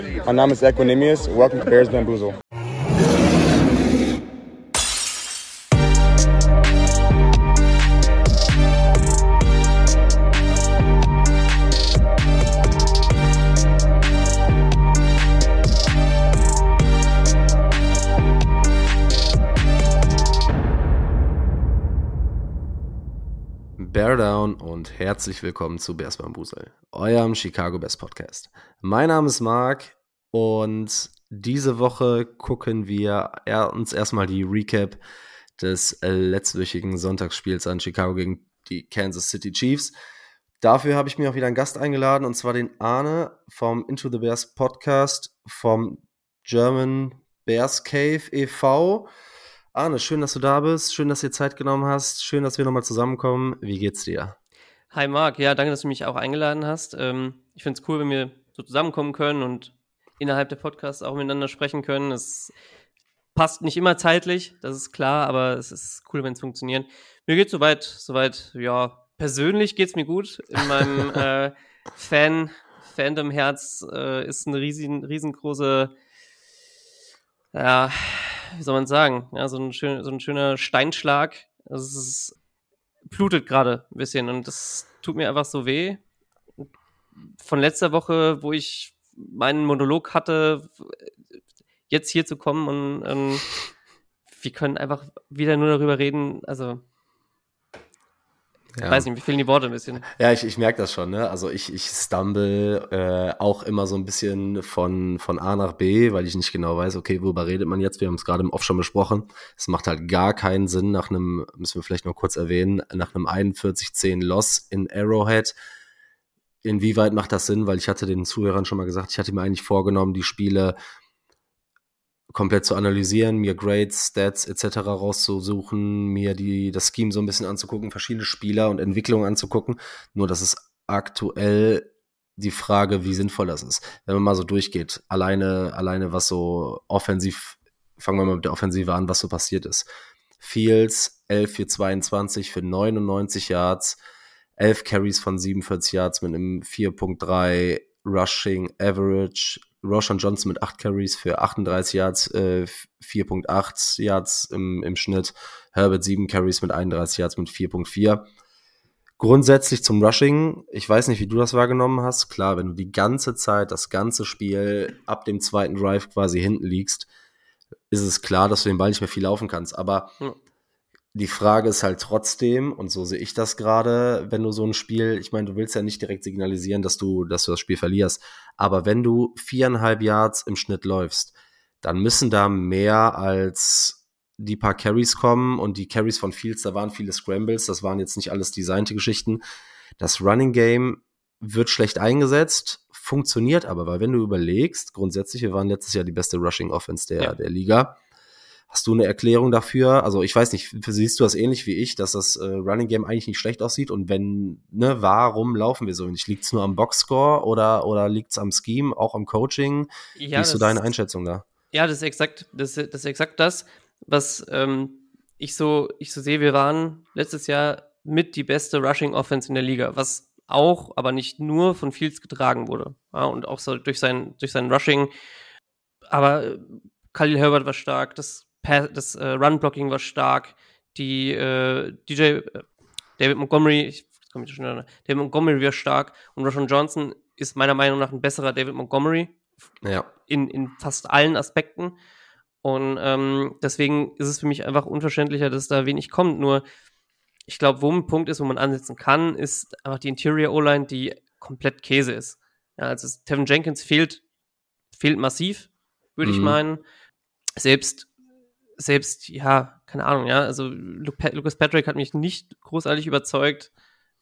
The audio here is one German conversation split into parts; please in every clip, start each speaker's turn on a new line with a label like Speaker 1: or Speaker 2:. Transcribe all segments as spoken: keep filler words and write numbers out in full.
Speaker 1: Mein Name ist Equinemius. Welcome to Bears Bamboozle.
Speaker 2: Bear Down und herzlich willkommen zu Bears Bamboozle, eurem Chicago Bears Podcast. Mein Name ist Marc und diese Woche gucken wir uns erstmal die Recap des letztwöchigen Sonntagsspiels an Chicago gegen die Kansas City Chiefs. Dafür habe ich mir auch wieder einen Gast eingeladen, und zwar den Arne vom Into the Bears Podcast vom German Bears Cave e V Arne, schön, dass du da bist, schön, dass du dir Zeit genommen hast, schön, dass wir nochmal zusammenkommen. Wie geht's dir?
Speaker 3: Hi Marc, ja, danke, dass du mich auch eingeladen hast. Ähm, ich finde es cool, wenn wir so zusammenkommen können und innerhalb der Podcasts auch miteinander sprechen können. Es passt nicht immer zeitlich, das ist klar, aber es ist cool, wenn es funktioniert. Mir geht's soweit, soweit, ja, persönlich geht's mir gut. In meinem äh, Fan, Fandom-Herz äh, ist eine riesen, riesengroße, ja, wie soll man sagen, ja, so ein, schön, so ein schöner Steinschlag. Also es ist, blutet gerade ein bisschen und das tut mir einfach so weh. Von letzter Woche, wo ich meinen Monolog hatte, jetzt hier zu kommen und ähm, wir können einfach wieder nur darüber reden, also ich ja. weiß nicht, mir fehlen die Worte ein bisschen.
Speaker 2: Ja, ich, ich merke das schon, ne? Also ich, ich stumble äh, auch immer so ein bisschen von, von A nach B, weil ich nicht genau weiß, okay, worüber redet man jetzt? Wir haben es gerade im Off schon besprochen. Es macht halt gar keinen Sinn nach einem, müssen wir vielleicht noch kurz erwähnen, nach einem einundvierzig zehn Loss in Arrowhead. Inwieweit macht das Sinn? Weil ich hatte den Zuhörern schon mal gesagt, ich hatte mir eigentlich vorgenommen, die Spiele komplett zu analysieren, mir Grades, Stats et cetera rauszusuchen, mir die das Scheme so ein bisschen anzugucken, verschiedene Spieler und Entwicklungen anzugucken. Nur das ist aktuell die Frage, wie sinnvoll das ist. Wenn man mal so durchgeht, alleine, alleine was so offensiv, fangen wir mal mit der Offensive an, was so passiert ist. Fields, elf für zweiundzwanzig für neunundneunzig Yards, elf Carries von siebenundvierzig Yards mit einem vier Komma drei Rushing Average, Roshan Johnson mit acht Carries für achtunddreißig Yards, äh, vier Komma acht Yards im, im Schnitt, Herbert sieben Carries mit einunddreißig Yards mit vier Komma vier. Grundsätzlich zum Rushing, ich weiß nicht, wie du das wahrgenommen hast, klar, wenn du die ganze Zeit, das ganze Spiel ab dem zweiten Drive quasi hinten liegst, ist es klar, dass du den Ball nicht mehr viel laufen kannst, aber hm. Die Frage ist halt trotzdem, und so sehe ich das gerade, wenn du so ein Spiel, ich meine, du willst ja nicht direkt signalisieren, dass du, dass du das Spiel verlierst, aber wenn du viereinhalb Yards im Schnitt läufst, dann müssen da mehr als die paar Carries kommen, und die Carries von Fields, da waren viele Scrambles, das waren jetzt nicht alles designte Geschichten. Das Running Game wird schlecht eingesetzt, funktioniert aber, weil wenn du überlegst, grundsätzlich, wir waren letztes Jahr die beste Rushing Offense der, ja. der Liga. Hast du eine Erklärung dafür? Also ich weiß nicht, siehst du das ähnlich wie ich, dass das äh, Running Game eigentlich nicht schlecht aussieht? Und wenn, ne, warum laufen wir so wenig? Liegt es nur am Boxscore oder, oder liegt es am Scheme, auch am Coaching?
Speaker 3: Ja,
Speaker 2: wie ist so deine Einschätzung da?
Speaker 3: Ja, das ist exakt das, das, ist exakt das, was ähm, ich, so, ich so sehe. Wir waren letztes Jahr mit die beste Rushing Offense in der Liga, was auch, aber nicht nur von Fields getragen wurde. Ja, und auch so durch sein, durch sein Rushing. Aber äh, Khalil Herbert war stark, das Das äh, Run-Blocking war stark, die äh, D J äh, David Montgomery, ich komme nicht schnell, David Montgomery war stark, und Roshan Johnson ist meiner Meinung nach ein besserer David Montgomery
Speaker 2: ja.
Speaker 3: in, in fast allen Aspekten, und ähm, deswegen ist es für mich einfach unverständlicher, dass da wenig kommt. Nur ich glaube, wo ein Punkt ist, wo man ansetzen kann, ist einfach die Interior O-Line, die komplett Käse ist. Ja, also Tevin Jenkins fehlt, fehlt massiv, würde mhm. ich meinen. Selbst Selbst, ja, keine Ahnung, ja, also Lucas Patrick hat mich nicht großartig überzeugt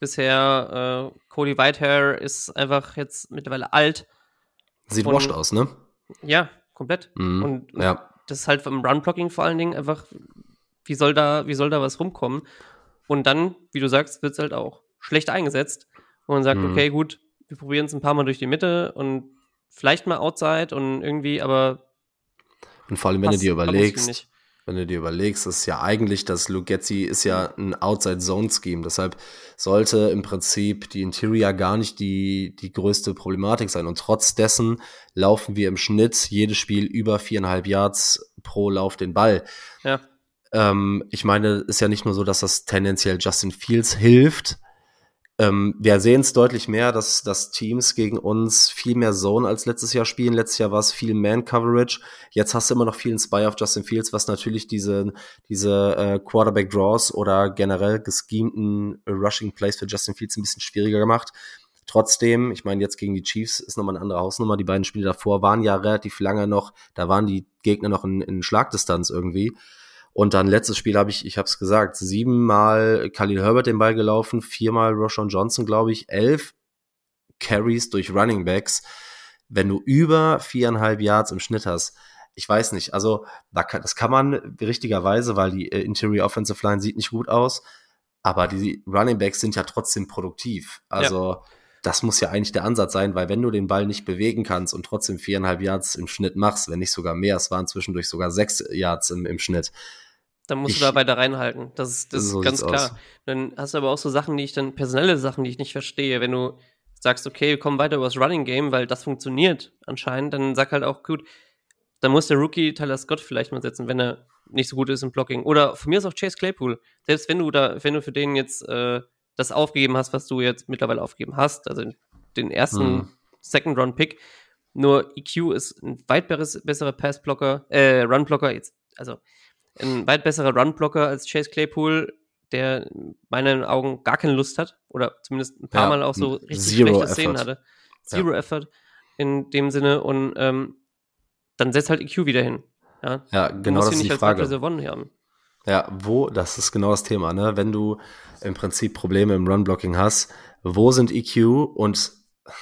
Speaker 3: bisher. Äh, Cody Whitehair ist einfach jetzt mittlerweile alt.
Speaker 2: Sieht und, washed aus, ne?
Speaker 3: Ja, komplett.
Speaker 2: Mhm,
Speaker 3: und, und
Speaker 2: ja.
Speaker 3: das ist halt vom Run-Blocking vor allen Dingen einfach, wie soll da, wie soll da was rumkommen? Und dann, wie du sagst, wird es halt auch schlecht eingesetzt. Wo man sagt, mhm. okay, gut, wir probieren es ein paar Mal durch die Mitte und vielleicht mal Outside und irgendwie, aber
Speaker 2: und vor allem, wenn du dir überlegst, wenn du dir überlegst, ist ja eigentlich, dass Luke Getsy ist ja ein Outside-Zone-Scheme. Deshalb sollte im Prinzip die Interior gar nicht die, die größte Problematik sein. Und trotz dessen laufen wir im Schnitt jedes Spiel über viereinhalb Yards pro Lauf den Ball.
Speaker 3: Ja.
Speaker 2: Ähm, ich meine, ist ja nicht nur so, dass das tendenziell Justin Fields hilft. Ähm, wir sehen es deutlich mehr, dass, dass Teams gegen uns viel mehr Zone als letztes Jahr spielen. Letztes Jahr war es viel Man-Coverage. Jetzt hast du immer noch viel Spy auf Justin Fields, was natürlich diese, diese äh, Quarterback-Draws oder generell geschemten Rushing-Plays für Justin Fields ein bisschen schwieriger gemacht. Trotzdem, ich meine, jetzt gegen die Chiefs ist nochmal eine andere Hausnummer. Die beiden Spiele davor waren ja relativ lange noch, da waren die Gegner noch in, in Schlagdistanz irgendwie. Und dann letztes Spiel habe ich, ich habe es gesagt, siebenmal Khalil Herbert den Ball gelaufen, viermal Roschon Johnson, glaube ich, elf Carries durch Running Backs. Wenn du über viereinhalb Yards im Schnitt hast, ich weiß nicht, also da kann, das kann man richtigerweise, weil die äh, Interior Offensive Line sieht nicht gut aus, aber die Running Backs sind ja trotzdem produktiv. Also ja. Das muss ja eigentlich der Ansatz sein, weil wenn du den Ball nicht bewegen kannst und trotzdem viereinhalb Yards im Schnitt machst, wenn nicht sogar mehr, es waren zwischendurch sogar sechs Yards im, im Schnitt.
Speaker 3: Dann musst ich, du da weiter reinhalten. Das ist, das so ist ganz klar. Aus. Dann hast du aber auch so Sachen, die ich dann, personelle Sachen, die ich nicht verstehe. Wenn du sagst, okay, wir kommen weiter über das Running Game, weil das funktioniert anscheinend, dann sag halt auch, gut, dann muss der Rookie Tyler Scott vielleicht mal setzen, wenn er nicht so gut ist im Blocking. Oder von mir ist auch Chase Claypool. Selbst wenn du da, wenn du für den jetzt äh, das aufgegeben hast, was du jetzt mittlerweile aufgegeben hast, also den ersten hm. Second-Round-Pick, nur E Q ist ein weit besserer Pass-Blocker, äh, Run-Blocker, jetzt, also ein weit besserer Run-Blocker als Chase Claypool, der in meinen Augen gar keine Lust hat, oder zumindest ein paar ja, Mal auch so richtig schlechte Szenen hatte. Zero ja. Effort in dem Sinne, und ähm, dann setzt halt E Q wieder hin. Ja,
Speaker 2: ja genau, das ist die Frage.
Speaker 3: Haben.
Speaker 2: Ja, wo, das ist genau das Thema, ne? Wenn du im Prinzip Probleme im Run-Blocking hast, wo sind E Q und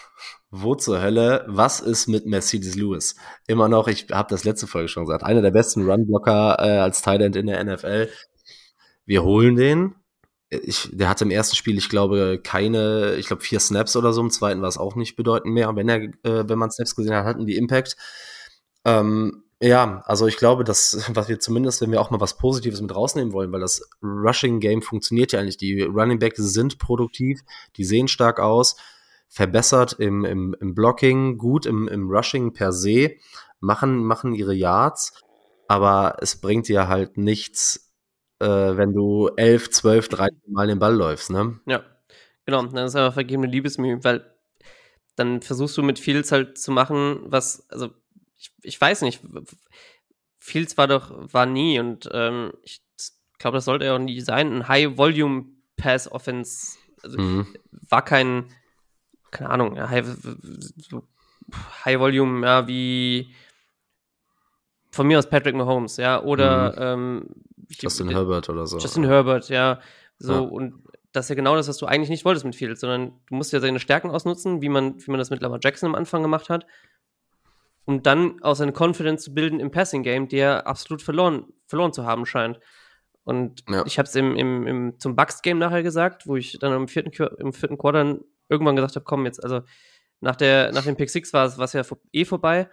Speaker 2: wo zur Hölle, was ist mit Mercedes Lewis? Immer noch, ich habe das letzte Folge schon gesagt, einer der besten Run-Blocker äh, als Tight End in der N F L. Wir holen den. Ich, der hatte im ersten Spiel, ich glaube, keine, ich glaube vier Snaps oder so, im zweiten war es auch nicht bedeutend mehr. Wenn er, äh, wenn man Snaps gesehen hat, hatten die Impact. Ähm, Ja, also ich glaube, dass, was wir zumindest, wenn wir auch mal was Positives mit rausnehmen wollen, weil das Rushing-Game funktioniert ja eigentlich. Die Running Backs sind produktiv, die sehen stark aus, verbessert im, im, im Blocking, gut im, im Rushing per se, machen, machen ihre Yards, aber es bringt dir halt nichts, äh, wenn du elf, zwölf, dreizehn Mal den Ball läufst, ne?
Speaker 3: Ja, genau, dann ist aber vergebene Liebesmühe, weil dann versuchst du mit Fields halt zu machen, was, also Ich, ich weiß nicht, Fields war doch, war nie, und ähm, ich glaube, das sollte er auch nie sein, ein High-Volume-Pass-Offense, also mhm. war kein, keine Ahnung, ja, High, so High-Volume, ja, wie von mir aus Patrick Mahomes, ja, oder
Speaker 2: mhm. ähm, Justin
Speaker 3: die,
Speaker 2: Herbert oder so.
Speaker 3: Justin Herbert, ja, so,
Speaker 2: ja.
Speaker 3: Und das ist ja genau das, was du eigentlich nicht wolltest mit Fields, sondern du musst ja seine Stärken ausnutzen, wie man, wie man das mit Lamar Jackson am Anfang gemacht hat, um dann auch seine Confidence zu bilden im Passing-Game, die er absolut verloren, verloren zu haben scheint. Und ja. ich habe es im, im, im, zum Bucks-Game nachher gesagt, wo ich dann im vierten, im vierten Quarter irgendwann gesagt habe, komm jetzt, also nach, der, nach dem Pick six war es ja eh vorbei.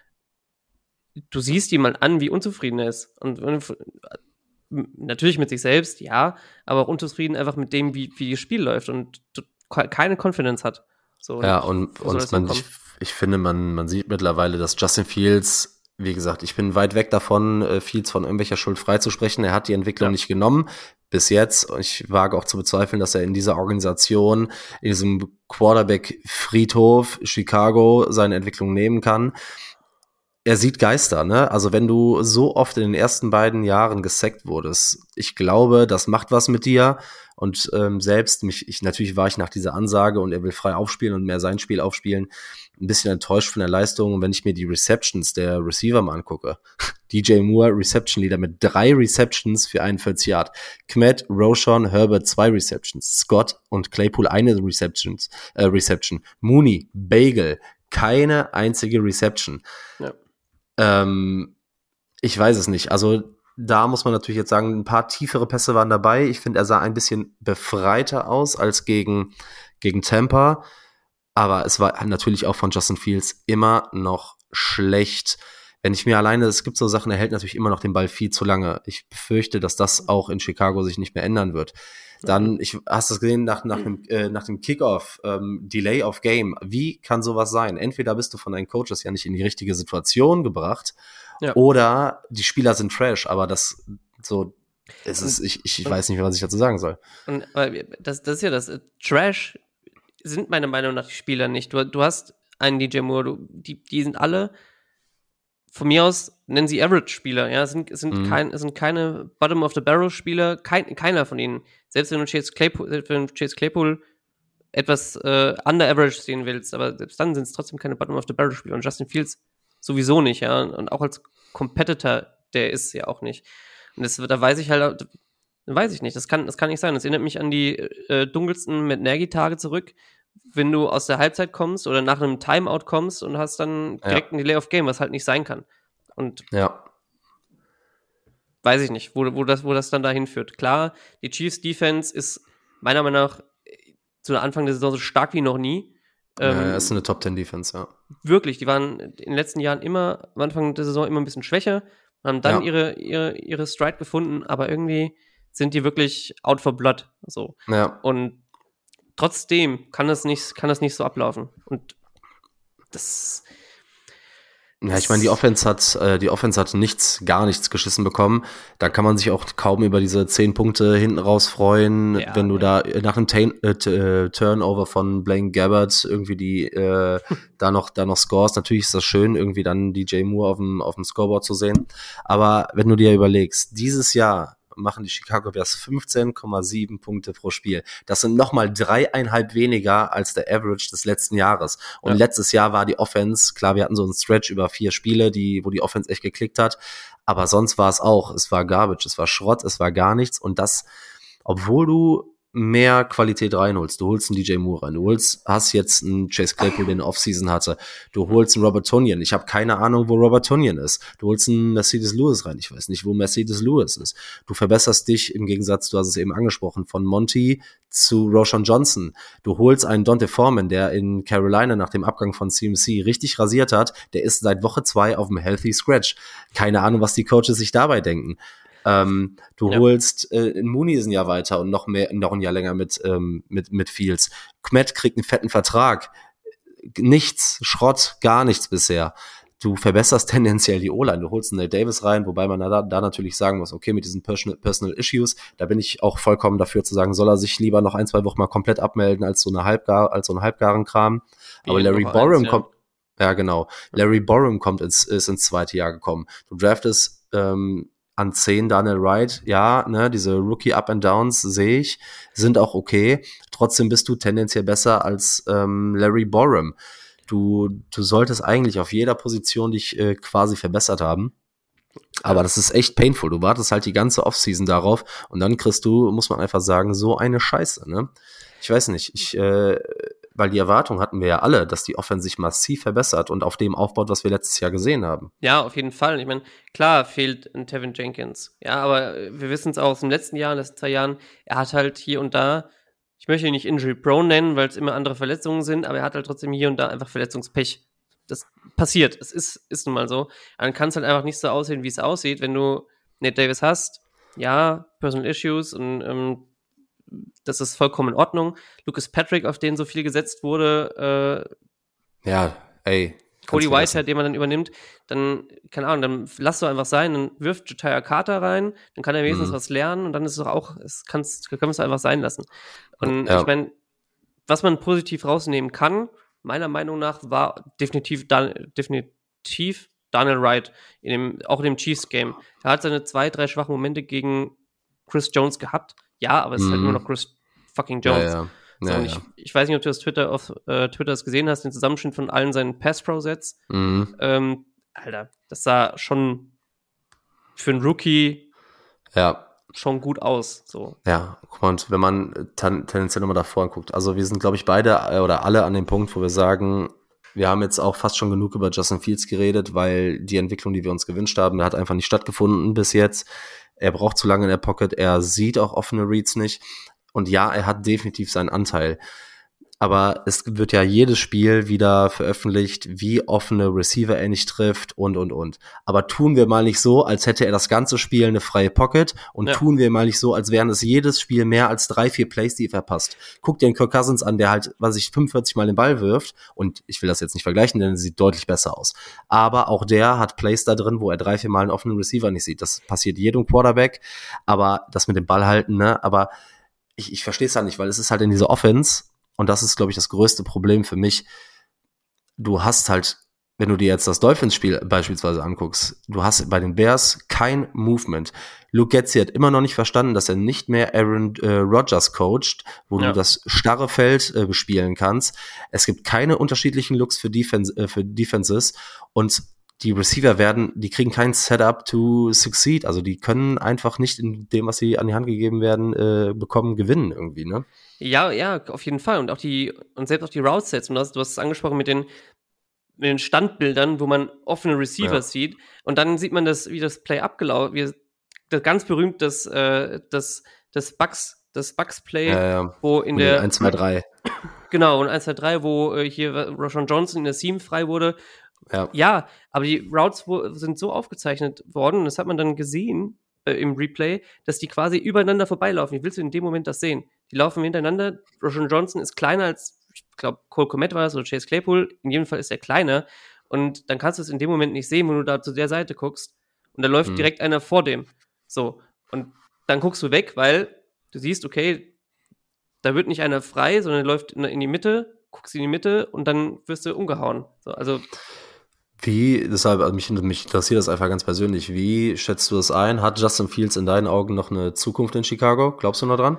Speaker 3: Du siehst ihm mal an, wie unzufrieden er ist. Und natürlich mit sich selbst, ja, aber auch unzufrieden einfach mit dem, wie, wie das Spiel läuft und keine Confidence hat. So,
Speaker 2: ja, und, und man, ich, ich finde, man, man sieht mittlerweile, dass Justin Fields, wie gesagt, ich bin weit weg davon, Fields von irgendwelcher Schuld freizusprechen. Er hat die Entwicklung ja. nicht genommen bis jetzt. Und ich wage auch zu bezweifeln, dass er in dieser Organisation, in diesem Quarterback-Friedhof Chicago seine Entwicklung nehmen kann. Er sieht Geister, ne? Also wenn du so oft in den ersten beiden Jahren gesackt wurdest, ich glaube, das macht was mit dir. Und ähm, selbst mich, ich natürlich war ich nach dieser Ansage und er will frei aufspielen und mehr sein Spiel aufspielen, ein bisschen enttäuscht von der Leistung. Und wenn ich mir die Receptions der Receiver mal angucke, D J Moore, Reception Leader mit drei Receptions für einundvierzig Yard. Kmet, Roschon, Herbert, zwei Receptions. Scott und Claypool eine Receptions, äh, Reception. Mooney, Bagel, keine einzige Reception. Ja. Ähm, ich weiß es nicht. Also da muss man natürlich jetzt sagen, ein paar tiefere Pässe waren dabei. Ich finde, er sah ein bisschen befreiter aus als gegen, gegen Tampa. Aber es war natürlich auch von Justin Fields immer noch schlecht. wenn ich mir alleine, es gibt so Sachen, er hält natürlich immer noch den Ball viel zu lange. Ich befürchte, dass das auch in Chicago sich nicht mehr ändern wird. Dann, ich hast du es gesehen, nach, nach, dem, äh, nach dem Kickoff, ähm, Delay of Game, wie kann sowas sein? Entweder bist du von deinen Coaches ja nicht in die richtige Situation gebracht, ja. oder die Spieler sind trash, aber das so, es ist, ich, ich weiß nicht, was ich dazu sagen soll.
Speaker 3: Und das, das ist ja das, Trash sind meiner Meinung nach die Spieler nicht. Du, du hast einen D J Moore, du, die, die sind alle von mir aus, nennen sie Average-Spieler, ja, es sind, es sind, mhm. kein, es sind keine Bottom-of-the-Barrel-Spieler, kein, keiner von ihnen. Selbst wenn du Chase Claypool, wenn du Chase Claypool etwas äh, under Average sehen willst, aber selbst dann sind es trotzdem keine Bottom-of-the-Barrel-Spieler. Und Justin Fields sowieso nicht, ja, und auch als Competitor, der ist ja auch nicht. Und das, da weiß ich halt, weiß ich nicht, das kann, das kann nicht sein. Das erinnert mich an die äh, dunkelsten Matt Nagy-Tage zurück, wenn du aus der Halbzeit kommst oder nach einem Timeout kommst und hast dann direkt ja. ein Delay of Game, was halt nicht sein kann. Und
Speaker 2: ja.
Speaker 3: weiß ich nicht, wo, wo, das, wo das dann dahin führt. Klar, die Chiefs Defense ist meiner Meinung nach zu Anfang der Saison so stark wie noch nie.
Speaker 2: Ähm, ja, ist eine Top Ten Defense, ja.
Speaker 3: Wirklich, die waren in den letzten Jahren immer, am Anfang der Saison immer ein bisschen schwächer, haben dann ja. ihre, ihre, ihre Stride gefunden, aber irgendwie sind die wirklich out for blood. So.
Speaker 2: Ja.
Speaker 3: Und trotzdem kann das nicht, kann das nicht so ablaufen. Und das.
Speaker 2: Ja, ich meine, die Offense hat, äh, die Offense hat nichts, gar nichts geschissen bekommen. Da kann man sich auch kaum über diese zehn Punkte hinten raus freuen, ja, wenn du ja. da nach einem T- äh, Turnover von Blaine Gabbert irgendwie die äh, da noch da noch scores. Natürlich ist das schön, irgendwie dann D J Moore auf dem auf dem Scoreboard zu sehen. Aber wenn du dir überlegst, dieses Jahr machen die Chicago Bears fünfzehn Komma sieben Punkte pro Spiel. Das sind nochmal dreieinhalb weniger als der Average des letzten Jahres. Und ja. letztes Jahr war die Offense, klar, wir hatten so einen Stretch über vier Spiele, die, wo die Offense echt geklickt hat. Aber sonst war es auch, es war Garbage, es war Schrott, es war gar nichts. Und das, obwohl du mehr Qualität reinholst. Du holst einen D J Moore rein. Du holst, hast jetzt einen Chase Claypool, den Offseason hatte. Du holst einen Robert Tonyan. Ich habe keine Ahnung, wo Robert Tonyan ist. Du holst einen Mercedes Lewis rein. Ich weiß nicht, wo Mercedes Lewis ist. Du verbesserst dich im Gegensatz, du hast es eben angesprochen, von Monty zu Roshan Johnson. Du holst einen Dante Foreman, der in Carolina nach dem Abgang von C M C richtig rasiert hat. Der ist seit Woche zwei auf dem Healthy Scratch. Keine Ahnung, was die Coaches sich dabei denken. Ähm, du ja. holst äh, Mooney ist ein Jahr weiter und noch mehr, noch ein Jahr länger mit ähm, mit mit Fields. Kmet kriegt einen fetten Vertrag. Nichts, Schrott, gar nichts bisher. Du verbesserst tendenziell die O-Line. Du holst einen Nate Davis rein, wobei man da, da natürlich sagen muss, okay, mit diesen Personal, Personal Issues, da bin ich auch vollkommen dafür zu sagen, soll er sich lieber noch ein, zwei Wochen mal komplett abmelden als so eine halbgar, als so ein halbgaren Kram. Wie Aber Larry Borum eins, ja. kommt, ja genau, Larry Borum kommt ins, ist ins zweite Jahr gekommen. Du draftest ähm, an zehn Daniel Wright, ja, ne, diese Rookie-Up-and-Downs sehe ich, sind auch okay. Trotzdem bist du tendenziell besser als ähm, Larry Borum. Du, du solltest eigentlich auf jeder Position dich äh, quasi verbessert haben. Aber das ist echt painful. Du wartest halt die ganze Offseason darauf und dann kriegst du, muss man einfach sagen, so eine Scheiße, ne? Ich weiß nicht, ich, äh, weil die Erwartung hatten wir ja alle, dass die Offense sich massiv verbessert und auf dem aufbaut, was wir letztes Jahr gesehen haben.
Speaker 3: Ja, auf jeden Fall. Ich meine, klar fehlt ein Tevin Jenkins. Ja, aber wir wissen es auch aus dem letzten Jahr, in den letzten zwei Jahren, er hat halt hier und da, ich möchte ihn nicht injury-prone nennen, weil es immer andere Verletzungen sind, aber er hat halt trotzdem hier und da einfach Verletzungspech. Das passiert. Es ist, ist nun mal so. Dann kann es halt einfach nicht so aussehen, wie es aussieht, wenn du Nate Davis hast. Ja, Personal Issues und ähm, das ist vollkommen in Ordnung. Lucas Patrick, auf den so viel gesetzt wurde.
Speaker 2: Äh, ja, ey.
Speaker 3: Cody Whitehead, den man dann übernimmt, dann, keine Ahnung, dann lass du einfach sein, dann wirft Ja'Tyre Carter rein, dann kann er wenigstens mhm. was lernen und dann ist es doch auch, es kannst, können wir es einfach sein lassen. Und ja. ich meine, was man positiv rausnehmen kann, meiner Meinung nach, war definitiv, Dan- definitiv Daniel Wright, in dem, auch in dem Chiefs-Game. Er hat seine zwei, drei schwachen Momente gegen Chris Jones gehabt. Ja, aber es ist halt
Speaker 2: Mhm.
Speaker 3: immer noch Chris fucking Jones.
Speaker 2: Ja, ja.
Speaker 3: So,
Speaker 2: Ja,
Speaker 3: und
Speaker 2: ja.
Speaker 3: ich, ich weiß nicht, ob du das Twitter auf äh, Twitter das gesehen hast, den Zusammenschnitt von allen seinen Pass-Pro-Sets.
Speaker 2: Mhm.
Speaker 3: Ähm, Alter, das sah schon für einen Rookie
Speaker 2: Ja.
Speaker 3: schon gut aus. So.
Speaker 2: Ja, guck mal, und wenn man ten- tendenziell nochmal davor guckt, also wir sind, glaube ich, beide äh, oder alle an dem Punkt, wo wir sagen, wir haben jetzt auch fast schon genug über Justin Fields geredet, weil die Entwicklung, die wir uns gewünscht haben, hat einfach nicht stattgefunden bis jetzt. Er braucht zu lange in der Pocket, er sieht auch offene Reads nicht. Und ja, er hat definitiv seinen Anteil. aber es wird ja jedes Spiel wieder veröffentlicht, wie offene Receiver er nicht trifft und, und, und. Aber tun wir mal nicht so, als hätte er das ganze Spiel eine freie Pocket und ja. tun wir mal nicht so, als wären es jedes Spiel mehr als drei, vier Plays, die er verpasst. Guck dir den Kirk Cousins an, der halt, was ich fünfundvierzig Mal den Ball wirft und ich will das jetzt nicht vergleichen, denn er sieht deutlich besser aus. Aber auch der hat Plays da drin, wo er drei, vier Mal einen offenen Receiver nicht sieht. Das passiert jedem Quarterback, aber das mit dem Ball halten, ne, aber ich, ich verstehe es halt nicht, weil es ist halt in dieser Offense. Und das ist, glaube ich, das größte Problem für mich. Du hast halt, wenn du dir jetzt das Dolphins-Spiel beispielsweise anguckst, du hast bei den Bears kein Movement. Luke Getsy hat immer noch nicht verstanden, dass er nicht mehr Aaron äh, Rodgers coacht, wo ja. du das starre Feld äh, bespielen kannst. Es gibt keine unterschiedlichen Looks für, Defense, äh, für Defenses und die Receiver werden, die kriegen kein Setup to succeed. Also die können einfach nicht in dem, was sie an die Hand gegeben werden, äh, bekommen, gewinnen irgendwie, ne?
Speaker 3: Ja, ja, auf jeden Fall. Und auch die, und selbst auch die Route-Sets, und du hast, du hast es angesprochen mit den, mit den Standbildern, wo man offene Receiver ja. sieht. Und dann sieht man das, wie das Play abgelaufen, wie das ganz berühmt, das, äh, das, das Bucks, das Bucks-Play,
Speaker 2: ja, ja.
Speaker 3: wo in
Speaker 2: und
Speaker 3: der
Speaker 2: eins, zwei, drei
Speaker 3: Genau, und eins, zwei, drei, wo äh, hier Rashawn Johnson in der Seam frei wurde.
Speaker 2: Ja.
Speaker 3: ja, aber die Routes wo, sind so aufgezeichnet worden, und das hat man dann gesehen äh, im Replay, dass die quasi übereinander vorbeilaufen. Wie willst du in dem Moment das sehen? Die laufen hintereinander. Rashawn Johnson ist kleiner als, ich glaube, Cole Kmet war es oder Chase Claypool. In jedem Fall ist er kleiner. Und dann kannst du es in dem Moment nicht sehen, wenn du da zu der Seite guckst. Und da läuft mhm. direkt einer vor dem. So. Und dann guckst du weg, weil du siehst, okay, da wird nicht einer frei, sondern läuft in, in die Mitte, guckst in die Mitte und dann wirst du umgehauen. So, also
Speaker 2: Wie, deshalb, also mich, mich interessiert das einfach ganz persönlich, wie schätzt du das ein? Hat Justin Fields in deinen Augen noch eine Zukunft in Chicago? Glaubst du noch dran?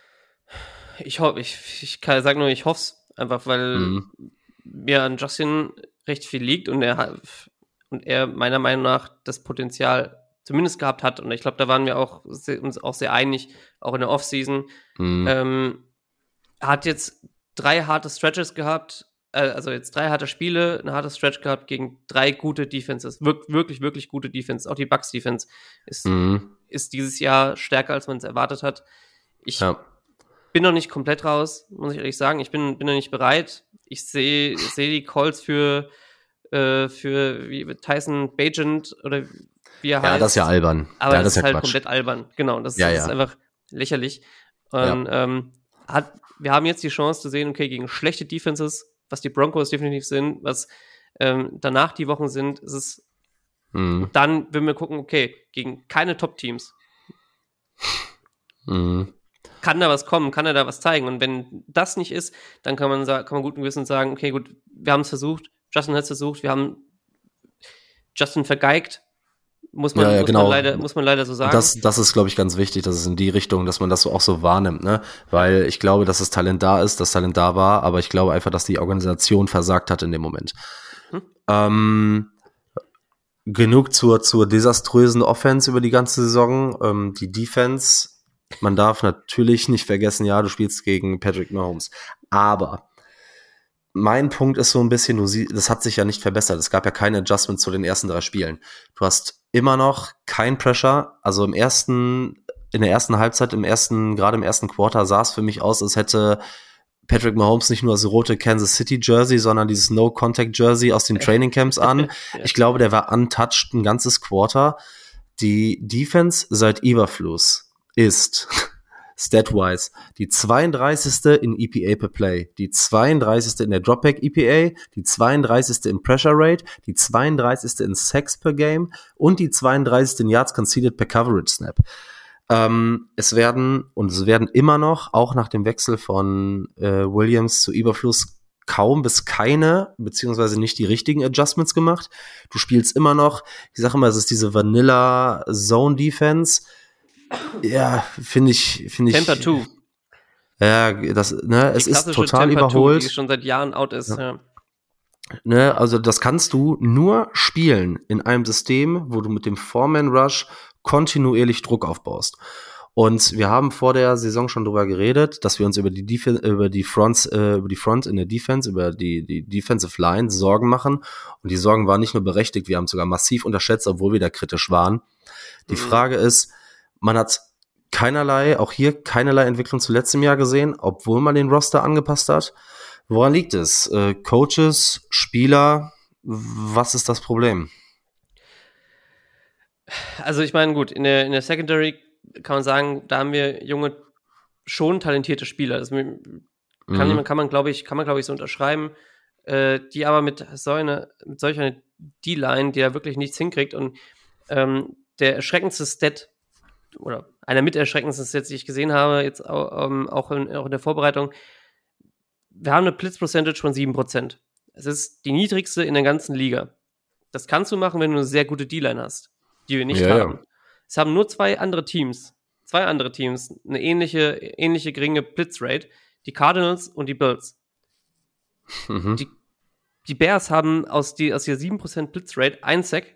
Speaker 3: Ich hoffe, ich, ich kann sagen nur, ich hoffe es einfach, weil mhm. mir an Justin recht viel liegt und er, und er meiner Meinung nach das Potenzial zumindest gehabt hat. Und ich glaube, da waren wir auch sehr, uns auch sehr einig, auch in der Offseason. Mhm. Ähm, er hat jetzt drei harte Stretches gehabt, also jetzt drei harte Spiele, eine harte Stretch gehabt gegen drei gute Defenses. Wir- wirklich, wirklich gute Defenses. Auch die Bucks-Defense ist,
Speaker 2: Mhm.
Speaker 3: ist dieses Jahr stärker, als man es erwartet hat. Ich
Speaker 2: Ja.
Speaker 3: bin noch nicht komplett raus, muss ich ehrlich sagen. Ich bin, bin noch nicht bereit. Ich sehe sehe die Calls für, äh, für wie, Tyson Bagent oder wie er heißt.
Speaker 2: Ja, das ist ja albern.
Speaker 3: Aber
Speaker 2: ja,
Speaker 3: das,
Speaker 2: das
Speaker 3: ist
Speaker 2: ja
Speaker 3: halt
Speaker 2: Quatsch.
Speaker 3: komplett albern. Genau, das,
Speaker 2: Ja,
Speaker 3: das
Speaker 2: ja.
Speaker 3: ist einfach lächerlich. Und ähm, hat, wir haben jetzt die Chance zu sehen, okay, gegen schlechte Defenses, was die Broncos definitiv sind, was ähm, danach die Wochen sind, ist es
Speaker 2: Mhm.
Speaker 3: dann, wenn wir gucken, okay, gegen keine Top-Teams,
Speaker 2: Mhm.
Speaker 3: kann da was kommen, kann er da was zeigen. Und wenn das nicht ist, dann kann man, sa- kann man guten Gewissens sagen, okay, gut, wir haben es versucht, Justin hat es versucht, wir haben Justin vergeigt, muss man,
Speaker 2: Ja, ja,
Speaker 3: muss
Speaker 2: genau.
Speaker 3: man, leider, muss man leider so sagen.
Speaker 2: Das, das ist, glaube ich, ganz wichtig, dass es in die Richtung, dass man das so auch so wahrnimmt, ne? Weil ich glaube, dass das Talent da ist, das Talent da war, aber ich glaube einfach, dass die Organisation versagt hat in dem Moment.
Speaker 3: Hm.
Speaker 2: Ähm, genug zur, zur desaströsen Offense über die ganze Saison. Ähm, die Defense, man darf natürlich nicht vergessen, ja, du spielst gegen Patrick Mahomes. Aber mein Punkt ist so ein bisschen, du siehst, das hat sich ja nicht verbessert. Es gab ja keine Adjustments zu den ersten drei Spielen. Du hast immer noch kein Pressure. Also im ersten, in der ersten Halbzeit, im ersten, gerade im ersten Quarter sah es für mich aus, als hätte Patrick Mahomes nicht nur das rote Kansas City Jersey, sondern dieses No-Contact Jersey aus den Training Camps an. Ich glaube, der war untouched ein ganzes Quarter. Die Defense seit Eberflus ist statwise die zweiunddreißigste in E P A per Play, die zweiunddreißigste in der Dropback E P A, die zweiunddreißigste in Pressure Rate, die zweiunddreißigste in Sacks per Game und die zweiunddreißigste in Yards conceded per Coverage Snap. Ähm, es werden, und es werden immer noch, auch nach dem Wechsel von äh, Williams zu Eberflus, kaum bis keine, beziehungsweise nicht die richtigen Adjustments gemacht. Du spielst immer noch, ich sage immer, es ist diese Vanilla Zone Defense. Ja, finde ich, finde ich.
Speaker 3: Temper two.
Speaker 2: Ja, das, ne, es
Speaker 3: Die
Speaker 2: ist
Speaker 3: klassische
Speaker 2: total
Speaker 3: Temper two,
Speaker 2: überholt.
Speaker 3: die schon seit Jahren out ist.
Speaker 2: Ja.
Speaker 3: Ja.
Speaker 2: Ne, also das kannst du nur spielen in einem System, wo du mit dem Four-Man-Rush kontinuierlich Druck aufbaust. Und wir haben vor der Saison schon drüber geredet, dass wir uns über die Def- über die Fronts, äh, über die Front in der Defense, über die, die Defensive Line Sorgen machen. Und die Sorgen waren nicht nur berechtigt, wir haben es sogar massiv unterschätzt, obwohl wir da kritisch waren. Die
Speaker 3: Mhm.
Speaker 2: Frage ist, man hat keinerlei, auch hier keinerlei Entwicklung zu letztem Jahr gesehen, obwohl man den Roster angepasst hat. Woran liegt es? Äh, Coaches, Spieler, was ist das Problem?
Speaker 3: Also ich meine, gut, in der, in der Secondary kann man sagen, da haben wir junge, schon talentierte Spieler. Das kann, mhm. kann man, glaube ich, kann man, glaube ich, so unterschreiben, äh, die aber mit so einer, mit solch einer D-Line, die ja wirklich nichts hinkriegt. Und ähm, der erschreckendste Stat, oder einer mit erschreckendsten Stats, die ich gesehen habe, jetzt auch, ähm, auch, in, auch in der Vorbereitung, wir haben eine Blitz-Percentage von sieben Prozent. Es ist die niedrigste in der ganzen Liga. Das kannst du machen, wenn du eine sehr gute D-Line hast, die wir nicht ja, haben. Ja. Es haben nur zwei andere Teams, zwei andere Teams, eine ähnliche, ähnliche geringe Blitzrate, die Cardinals und die Bills. Mhm. Die, die Bears haben aus, die, aus der sieben Prozent Blitzrate ein Sack,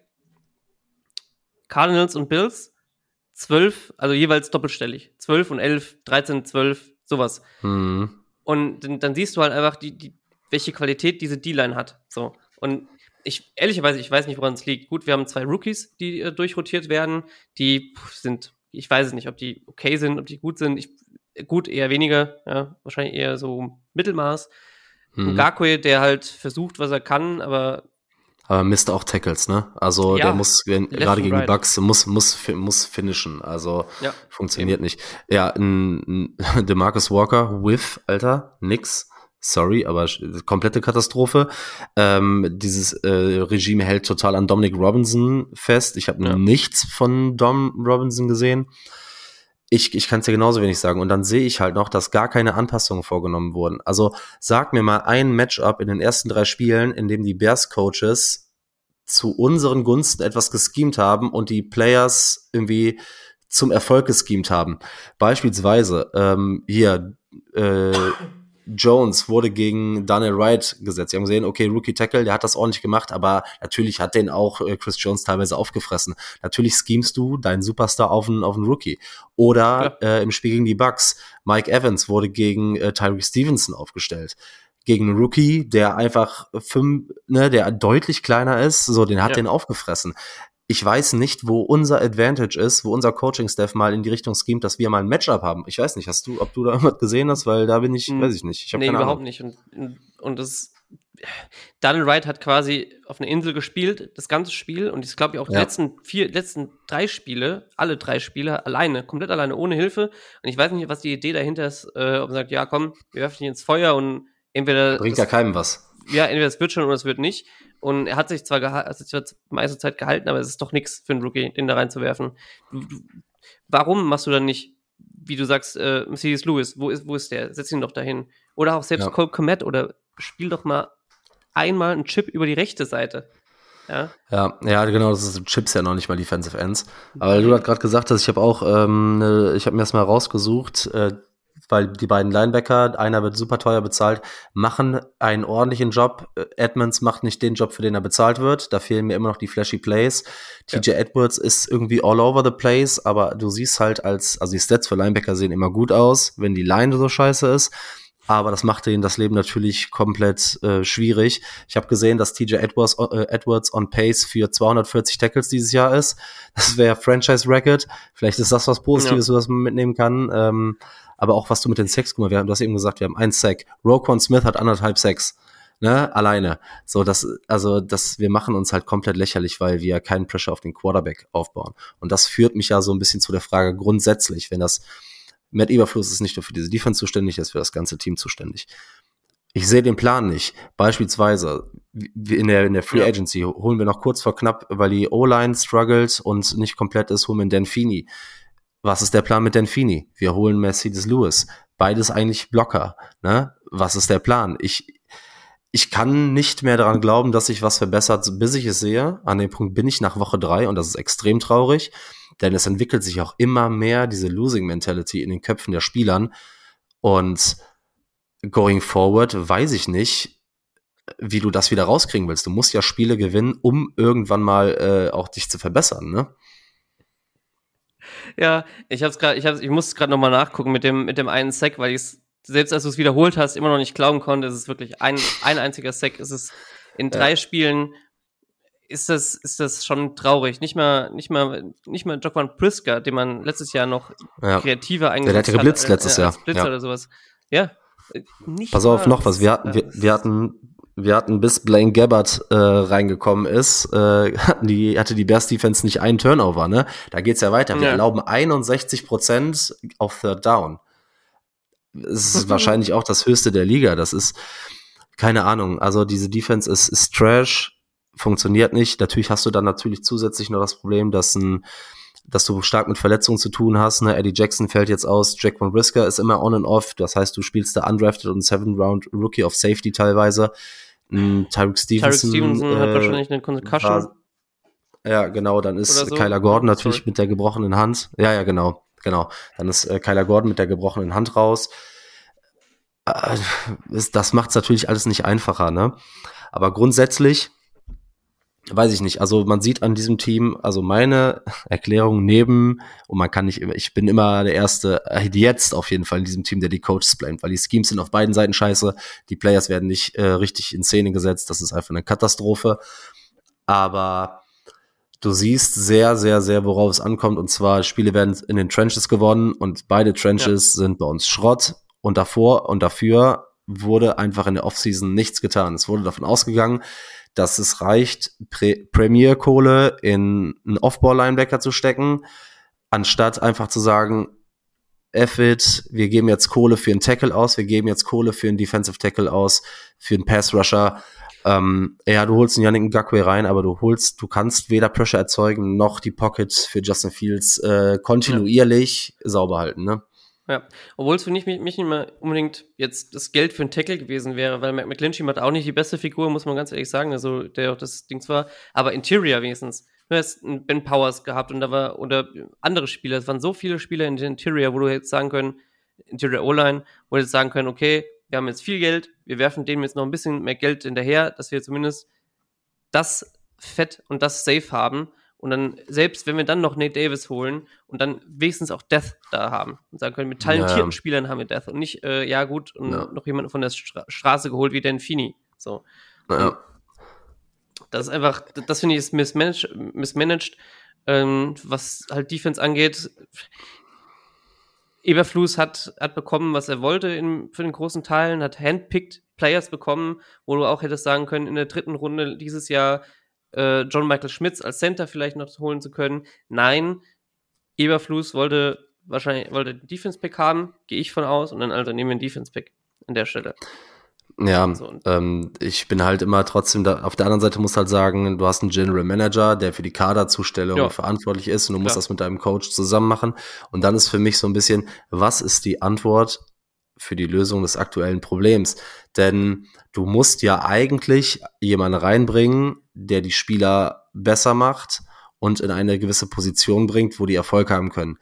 Speaker 3: Cardinals und Bills zwölf, also jeweils doppelstellig, zwölf und elf, dreizehn, zwölf, sowas. Mhm. Und dann, dann siehst du halt einfach, die, die, welche Qualität diese D-Line hat. So. Und ich, ehrlicherweise, ich weiß nicht, woran es liegt. Gut, wir haben zwei Rookies, die äh, durchrotiert werden. Die sind, ich weiß es nicht, ob die okay sind, ob die gut sind. Ich, gut, eher weniger. Ja, wahrscheinlich eher so Mittelmaß. Mhm. Ngakoue, der halt versucht, was er kann, aber
Speaker 2: Aber misst auch Tackles, ne? Also ja, der muss, gerade gegen right. die Bucks, muss, muss, muss finishen. Also ja, funktioniert eben. nicht. Ja, ein, ein DeMarcus Walker, Whiff, Alter, nix. Sorry, aber komplette Katastrophe. Ähm, dieses äh, Regime hält total an Dominic Robinson fest. Ich habe ja. nichts von Dom Robinson gesehen. Ich, ich kann es dir genauso wenig sagen. Und dann sehe ich halt noch, dass gar keine Anpassungen vorgenommen wurden. Also sag mir mal ein Matchup in den ersten drei Spielen, in dem die Bears-Coaches zu unseren Gunsten etwas geschemt haben und die Players irgendwie zum Erfolg geschemt haben. Beispielsweise ähm, hier äh, Jones wurde gegen Daniel Wright gesetzt. Wir haben gesehen, okay, Rookie Tackle, der hat das ordentlich gemacht, aber natürlich hat den auch äh, Chris Jones teilweise aufgefressen. Natürlich schemst du deinen Superstar auf einen, auf einen Rookie. Oder ja. äh, im Spiel gegen die Bucks, Mike Evans wurde gegen äh, Tyreek Stevenson aufgestellt. Gegen einen Rookie, der einfach fünf, ne, der deutlich kleiner ist, so, den hat ja. den aufgefressen. Ich weiß nicht, wo unser Advantage ist, wo unser Coaching-Staff mal in die Richtung schemt, dass wir mal ein Matchup haben. Ich weiß nicht, hast du, ob du da irgendwas gesehen hast, weil da bin ich, hm. weiß ich nicht. Ich
Speaker 3: nee, keine überhaupt Ahnung. nicht. Und, und das, Daniel Wright hat quasi auf einer Insel gespielt, das ganze Spiel, und ich glaube ich auch die ja. letzten vier, letzten drei Spiele, alle drei Spiele alleine, komplett alleine, ohne Hilfe. Und ich weiß nicht, was die Idee dahinter ist, äh, ob man sagt, ja komm, wir werfen ihn ins Feuer und entweder
Speaker 2: bringt ja keinem was.
Speaker 3: Ja, entweder es wird schon oder es wird nicht. Und er hat sich zwar geha- hat sich zwar die meiste Zeit gehalten, aber es ist doch nichts für einen Rookie, den da reinzuwerfen. Du, du, warum machst du dann nicht, wie du sagst, äh, Mercedes Lewis, wo ist, wo ist der? Setz ihn doch dahin. Oder auch selbst ja. Cole Kmet, oder spiel doch mal einmal einen Chip über die rechte Seite. Ja,
Speaker 2: ja, ja, genau, das ist Chips ja noch nicht mal Defensive Ends. Aber du hast gerade gesagt, dass ich habe auch, ähm, ne, ich habe mir das mal rausgesucht, äh, weil die beiden Linebacker, einer wird super teuer bezahlt, machen einen ordentlichen Job. Edmonds macht nicht den Job, für den er bezahlt wird. Da fehlen mir immer noch die flashy Plays. Ja. T J Edwards ist irgendwie all over the place, aber du siehst halt als, also die Stats für Linebacker sehen immer gut aus, wenn die Line so scheiße ist. Aber das macht ihnen das Leben natürlich komplett äh, schwierig. Ich habe gesehen, dass T J Edwards, äh, Edwards on pace für zweihundertvierzig Tackles dieses Jahr ist. Das wäre Franchise-Record. Vielleicht ist das was Positives, ja. was man mitnehmen kann. Ähm, aber auch was du mit den Sacks, guck mal, wir haben, du hast eben gesagt, wir haben einen Sack. Roquan Smith hat anderthalb Sacks, ne, alleine. So, das, also, das, wir machen uns halt komplett lächerlich, weil wir keinen Pressure auf den Quarterback aufbauen. Und das führt mich ja so ein bisschen zu der Frage grundsätzlich, wenn das, Matt Eberfluss ist nicht nur für diese Defense zuständig, er ist für das ganze Team zuständig. Ich sehe den Plan nicht. Beispielsweise, in der, in der Free Agency holen wir noch kurz vor knapp, weil die O-Line struggles und nicht komplett ist, holen wir Dan Feeney. Was ist der Plan mit Dan Feeney? Wir holen Mercedes Lewis. Beides eigentlich Blocker, ne? Was ist der Plan? Ich, ich kann nicht mehr daran glauben, dass sich was verbessert, bis ich es sehe. An dem Punkt bin ich nach Woche drei und das ist extrem traurig, denn es entwickelt sich auch immer mehr diese Losing Mentality in den Köpfen der Spielern und going forward weiß ich nicht, wie du das wieder rauskriegen willst. Du musst ja Spiele gewinnen, um irgendwann mal äh, auch dich zu verbessern, ne?
Speaker 3: Ja, ich hab's gerade, ich hab's, ich muss gerade nochmal nachgucken mit dem mit dem einen Sack, weil ich es selbst als du es wiederholt hast immer noch nicht glauben konnte. Es ist wirklich ein ein einziger Sack. Es ist in drei ja. Spielen ist das ist das schon traurig. Nicht mal nicht mal nicht mal Jaquan Brisker, den man letztes Jahr noch ja. kreativer eingesetzt hat.
Speaker 2: Der hat ja geblitzt letztes
Speaker 3: äh,
Speaker 2: Jahr.
Speaker 3: Blitzer ja. oder sowas. Ja, Nicht
Speaker 2: Pass auf,
Speaker 3: wahr.
Speaker 2: noch was. Wir hatten, wir, wir hatten, wir hatten bis Blaine Gabbert äh, reingekommen ist, äh, hatten die, hatte die Bears Defense nicht einen Turnover, ne? Da geht's ja weiter. Wir
Speaker 3: Ja.
Speaker 2: erlauben einundsechzig Prozent auf Third Down. Es ist wahrscheinlich auch das höchste der Liga. Das ist, keine Ahnung. Also diese Defense ist, ist Trash, funktioniert nicht. Natürlich hast du dann natürlich zusätzlich noch das Problem, dass ein dass du stark mit Verletzungen zu tun hast. Ne? Eddie Jackson fällt jetzt aus, Jaquan Brisker ist immer on and off, das heißt, du spielst da undrafted und Seven-Round-Rookie of Safety teilweise. Mm, Tyreek Stevenson,
Speaker 3: Tyreek Stevenson
Speaker 2: äh,
Speaker 3: hat wahrscheinlich eine Concussion.
Speaker 2: war, ja, genau, dann ist
Speaker 3: Oder so.
Speaker 2: Kyler Gordon
Speaker 3: Oh,
Speaker 2: natürlich
Speaker 3: sorry.
Speaker 2: mit der gebrochenen Hand. Ja, ja, genau, genau. Dann ist äh, Kyler Gordon mit der gebrochenen Hand raus. Äh, ist, das macht's natürlich alles nicht einfacher, ne? Aber grundsätzlich weiß ich nicht, also man sieht an diesem Team, also meine Erklärung neben, und man kann nicht immer, ich bin immer der Erste, äh, jetzt auf jeden Fall in diesem Team, der die Coaches blamet, weil die Schemes sind auf beiden Seiten scheiße, die Players werden nicht äh, richtig in Szene gesetzt, das ist einfach eine Katastrophe, aber du siehst sehr, sehr, sehr, worauf es ankommt, und zwar Spiele werden in den Trenches gewonnen und beide Trenches ja. sind bei uns Schrott, und davor und dafür wurde einfach in der Offseason nichts getan. Es wurde davon ausgegangen, dass es reicht, Pre- Premier-Kohle in einen Off-Ball-Linebacker zu stecken, anstatt einfach zu sagen, F it, wir geben jetzt Kohle für einen Tackle aus, wir geben jetzt Kohle für einen Defensive Tackle aus, für einen Pass-Rusher. Ähm, ja, du holst einen Yannick Ngakoue rein, aber du holst, du kannst weder Pressure erzeugen, noch die Pockets für Justin Fields äh, kontinuierlich ja. sauber halten, ne?
Speaker 3: Ja, obwohl es für mich, mich nicht immer unbedingt jetzt das Geld für einen Tackle gewesen wäre, weil Matt McGlinchey hat auch nicht die beste Figur, muss man ganz ehrlich sagen, also der auch das Ding zwar, aber Interior wenigstens. Du hast einen Ben Powers gehabt und da war, oder andere Spieler, es waren so viele Spieler in den Interior, wo du jetzt sagen können, Interior O-Line, wo du jetzt sagen können, okay, wir haben jetzt viel Geld, wir werfen dem jetzt noch ein bisschen mehr Geld hinterher, dass wir zumindest das Fett und das Safe haben. Und dann, selbst wenn wir dann noch Nate Davis holen und dann wenigstens auch Death da haben und sagen können, mit talentierten ja. Spielern haben wir Death und nicht, äh, ja gut, und ja. noch jemanden von der Stra- Straße geholt wie Dan Feeney. So.
Speaker 2: Ja.
Speaker 3: Das ist einfach, das finde ich ist mismanaged, mismanaged ähm, was halt Defense angeht. Eberflus hat, hat bekommen, was er wollte in, für den großen Teilen, hat handpicked Players bekommen, wo du auch hättest sagen können, in der dritten Runde dieses Jahr John Michael Schmitz als Center vielleicht noch holen zu können. Nein, Eberflus wollte wahrscheinlich wollte den Defense-Pick haben, gehe ich von aus, und dann also nehmen wir einen Defense-Pick an der Stelle.
Speaker 2: Ja, so, ähm, ich bin halt immer trotzdem da, auf der anderen Seite musst du halt sagen, du hast einen General Manager, der für die Kaderzustellung ja. verantwortlich ist, und du musst Klar. das mit deinem Coach zusammen machen, und dann ist für mich so ein bisschen, was ist die Antwort für die Lösung des aktuellen Problems? Denn du musst ja eigentlich jemanden reinbringen, der die Spieler besser macht und in eine gewisse Position bringt, wo die Erfolg haben können.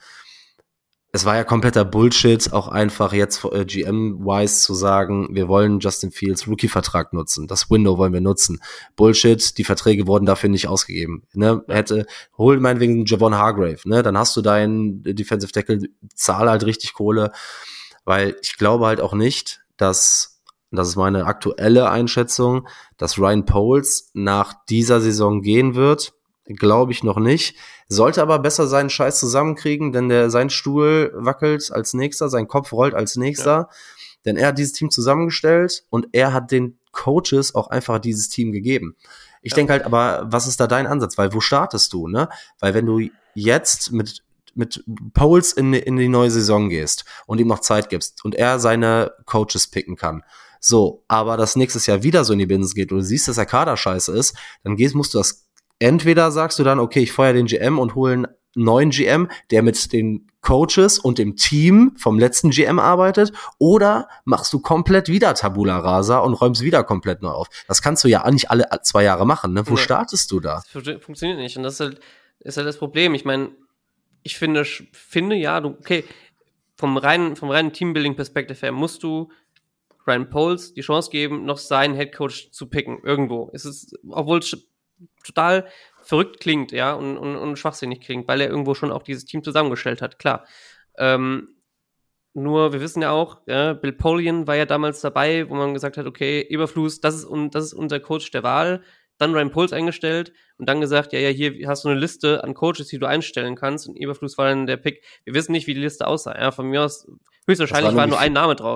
Speaker 2: Es war ja kompletter Bullshit, auch einfach jetzt äh, G M-wise zu sagen, wir wollen Justin Fields Rookie-Vertrag nutzen, das Window wollen wir nutzen. Bullshit, die Verträge wurden dafür nicht ausgegeben. Ne? Hätte, hol meinetwegen Javon Hargrave, ne? Dann hast du deinen Defensive Tackle, zahl halt richtig Kohle, weil ich glaube halt auch nicht, dass, das ist meine aktuelle Einschätzung, dass Ryan Poles nach dieser Saison gehen wird. Glaube ich noch nicht. Sollte aber besser seinen Scheiß zusammenkriegen, denn der, sein Stuhl wackelt als nächster, sein Kopf rollt als nächster. Ja. Denn er hat dieses Team zusammengestellt und er hat den Coaches auch einfach dieses Team gegeben. Ich ja. denke halt, aber was ist da dein Ansatz? Weil wo startest du, ne? Weil wenn du jetzt mit mit Poles in, in die neue Saison gehst und ihm noch Zeit gibst und er seine Coaches picken kann, so, aber das nächstes Jahr wieder so in die Business geht und du siehst, dass der Kader scheiße ist, dann gehst, musst du das, entweder sagst du dann, okay, ich feuer den G M und hole einen neuen G M, der mit den Coaches und dem Team vom letzten G M arbeitet, oder machst du komplett wieder Tabula Rasa und räumst wieder komplett neu auf. Das kannst du ja nicht alle zwei Jahre machen, ne? Wo ja. startest du da?
Speaker 3: Das funktioniert nicht, und das ist halt, ist halt das Problem. Ich meine, ich finde, finde ja, du, okay, vom reinen, vom reinen Teambuilding-Perspektive her musst du Ryan Poles die Chance geben, noch seinen Headcoach zu picken, irgendwo. Es ist, obwohl es total verrückt klingt, ja, und, und, und schwachsinnig klingt, weil er irgendwo schon auch dieses Team zusammengestellt hat, klar. Ähm, nur, wir wissen ja auch, ja, Bill Polian war ja damals dabei, wo man gesagt hat, okay, Eberflus, das ist, das ist unser Coach der Wahl, dann Ryan Poles eingestellt und dann gesagt, ja, ja, hier hast du eine Liste an Coaches, die du einstellen kannst, und Eberflus war dann der Pick. Wir wissen nicht, wie die Liste aussah, ja, von mir aus, höchstwahrscheinlich war, war nur ein Name drauf.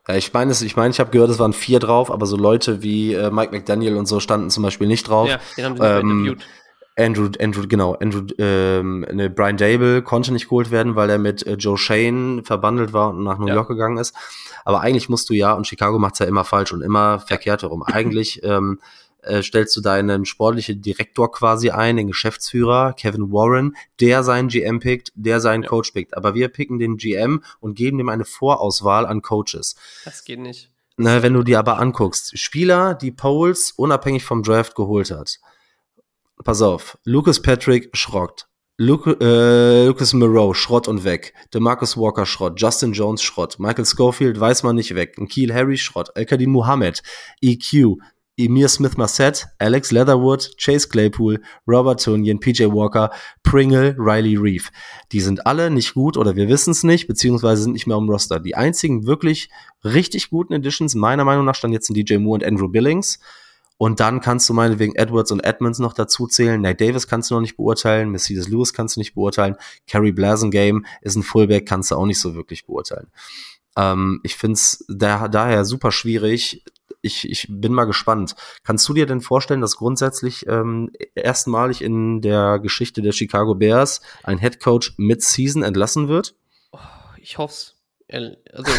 Speaker 2: Ja, ich meine, ich meine, ich habe gehört, es waren vier drauf, aber so Leute wie äh, Mike McDaniel und so standen zum Beispiel nicht drauf.
Speaker 3: Ja, den haben sie nicht
Speaker 2: ähm,
Speaker 3: interviewt.
Speaker 2: Andrew, Andrew, genau, Andrew, ähm, ne, Brian Dable konnte nicht geholt werden, weil er mit äh, Joe Shane verbandelt war und nach New
Speaker 3: Ja.
Speaker 2: York gegangen ist. Aber eigentlich musst du ja, und Chicago macht's ja immer falsch und immer verkehrt herum. Eigentlich ähm, äh, stellst du deinen sportlichen Direktor quasi ein, den Geschäftsführer, Kevin Warren, der seinen G M pickt, der seinen
Speaker 3: Ja.
Speaker 2: Coach pickt. Aber wir picken den G M und geben ihm eine Vorauswahl an Coaches.
Speaker 3: Das geht nicht.
Speaker 2: Ne, wenn du dir aber anguckst, Spieler, die Poles unabhängig vom Draft geholt hat. Pass auf, Lucas Patrick, Schrott. Luke, äh, Lucas Moreau, Schrott und weg. DeMarcus Walker, Schrott. Justin Jones, Schrott. Michael Schofield, weiß man nicht, weg. N'Keal Harry, Schrott. El-Kadim Muhammad, E Q. Emir Smith-Massett, Alex Leatherwood, Chase Claypool, Robert Tonyan, P J Walker, Pringle, Riley Reef. Die sind alle nicht gut oder wir wissen es nicht, beziehungsweise sind nicht mehr am Roster. Die einzigen wirklich richtig guten Additions, meiner Meinung nach, stand jetzt in D J Moore und Andrew Billings. Und dann kannst du meinetwegen Edwards und Edmonds noch dazu zählen. Nate Davis kannst du noch nicht beurteilen. Mercedes Lewis kannst du nicht beurteilen. Kerry Blasingame ist ein Fullback, kannst du auch nicht so wirklich beurteilen. Ähm, ich finde es da, daher super schwierig. Ich, ich bin mal gespannt. Kannst du dir denn vorstellen, dass grundsätzlich ähm, erstmalig in der Geschichte der Chicago Bears ein Headcoach mid-Season entlassen wird?
Speaker 3: Ich hoff's. Also,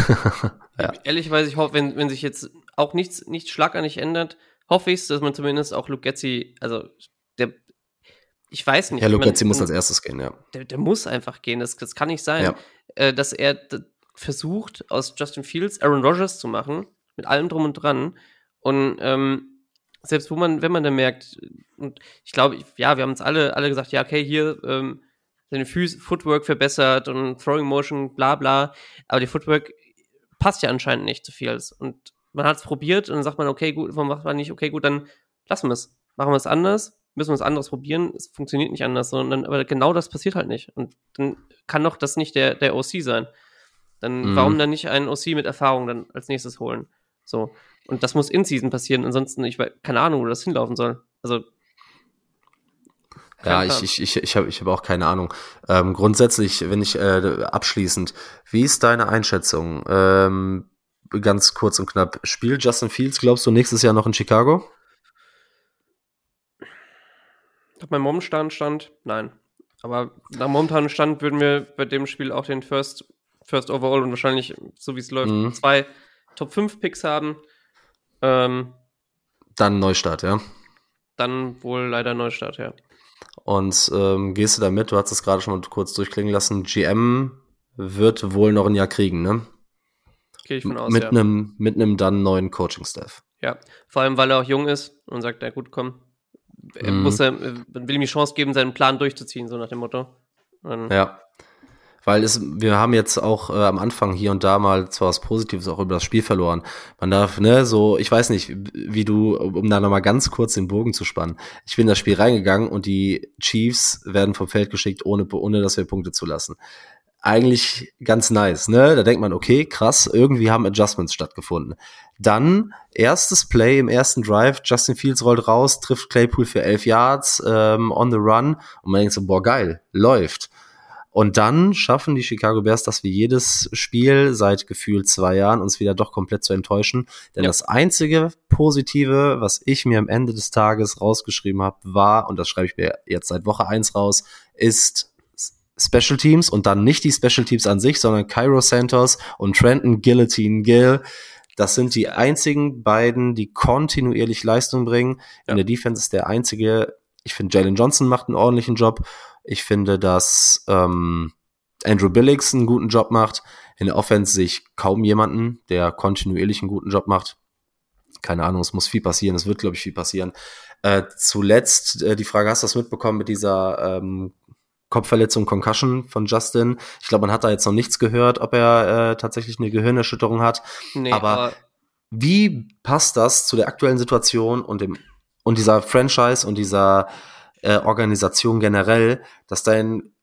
Speaker 3: ja. Ehrlichweise, ich hoffe, wenn, wenn sich jetzt auch nichts, nichts schlagartig ändert, hoffe ich, dass man zumindest auch Luke Getsy, also der, ich weiß nicht.
Speaker 2: Ja, Luke
Speaker 3: man,
Speaker 2: Getsy muss als erstes gehen, ja.
Speaker 3: Der, der muss einfach gehen, das, das kann nicht sein,
Speaker 2: ja.
Speaker 3: äh, dass er d- versucht, aus Justin Fields Aaron Rodgers zu machen, mit allem drum und dran. Und ähm, selbst wo man, wenn man dann merkt, und ich glaube, ja, wir haben uns alle, alle gesagt, ja, okay, hier ähm, seine Füß, Footwork verbessert und Throwing Motion, bla bla, aber die Footwork passt ja anscheinend nicht zu Fields. Und man hat es probiert und dann sagt man, okay, gut, warum macht man nicht, okay, gut, dann lassen wir es. Machen wir es anders, müssen wir es anderes probieren, es funktioniert nicht anders, sondern aber genau das passiert halt nicht. Und dann kann doch das nicht der, der O C sein. Dann mhm. warum dann nicht einen O C mit Erfahrung dann als nächstes holen? So. Und das muss in Season passieren, ansonsten, ich weiß, keine Ahnung, wo das hinlaufen soll. Also
Speaker 2: ja, ich, ich, ich, ich habe ich hab auch keine Ahnung. Ähm, grundsätzlich, wenn ich äh, abschließend, wie ist deine Einschätzung? Ähm, ganz kurz und knapp. Spielt Justin Fields, glaubst du, nächstes Jahr noch in Chicago?
Speaker 3: Nach meinem momentanen Stand, nein. Aber nach momentanen Stand würden wir bei dem Spiel auch den First, First Overall und wahrscheinlich, so wie es läuft, mhm. zwei Top fünf Picks haben. Ähm,
Speaker 2: dann Neustart, ja?
Speaker 3: Dann wohl leider Neustart, ja.
Speaker 2: Und ähm, gehst du damit, du hast es gerade schon mal kurz durchklingen lassen, G M wird wohl noch ein Jahr kriegen, ne?
Speaker 3: Gehe ich von aus,
Speaker 2: mit
Speaker 3: ja.
Speaker 2: einem mit einem dann neuen Coaching-Staff.
Speaker 3: Ja, vor allem, weil er auch jung ist und sagt, na gut, komm, er
Speaker 2: mhm.
Speaker 3: muss er, will ihm die Chance geben, seinen Plan durchzuziehen, so nach dem Motto. Und
Speaker 2: ja, weil es, wir haben jetzt auch äh, am Anfang hier und da mal zwar was Positives auch über das Spiel verloren. Man darf, ne, so, ich weiß nicht, wie du, um da nochmal ganz kurz den Bogen zu spannen. Ich bin in das Spiel reingegangen und die Chiefs werden vom Feld geschickt, ohne, ohne dass wir Punkte zulassen. Eigentlich ganz nice, ne? Da denkt man, okay, krass, irgendwie haben Adjustments stattgefunden. Dann, erstes Play im ersten Drive, Justin Fields rollt raus, trifft Claypool für elf Yards, ähm, on the run, und man denkt so, boah, geil, läuft. Und dann schaffen die Chicago Bears das wie jedes Spiel seit gefühlt zwei Jahren, uns wieder doch komplett zu enttäuschen. Denn ja. das einzige Positive, was ich mir am Ende des Tages rausgeschrieben habe, war, und das schreibe ich mir jetzt seit Woche eins raus, ist Special Teams, und dann nicht die Special Teams an sich, sondern Cairo Santos und Trenton Guillotine Gill. Das sind die einzigen beiden, die kontinuierlich Leistung bringen. Ja. In der Defense ist der einzige, ich finde, Jalen Johnson macht einen ordentlichen Job. Ich finde, dass ähm, Andrew Billings einen guten Job macht. In der Offense sehe ich kaum jemanden, der kontinuierlich einen guten Job macht. Keine Ahnung, es muss viel passieren. Es wird, glaube ich, viel passieren. Äh, zuletzt äh, die Frage, hast du das mitbekommen mit dieser ähm, Kopfverletzung, Concussion von Justin? Ich glaube, man hat da jetzt noch nichts gehört, ob er äh, tatsächlich eine Gehirnerschütterung hat. Nee, aber, aber wie passt das zu der aktuellen Situation und dem und dieser Franchise und dieser äh, Organisation generell, dass dein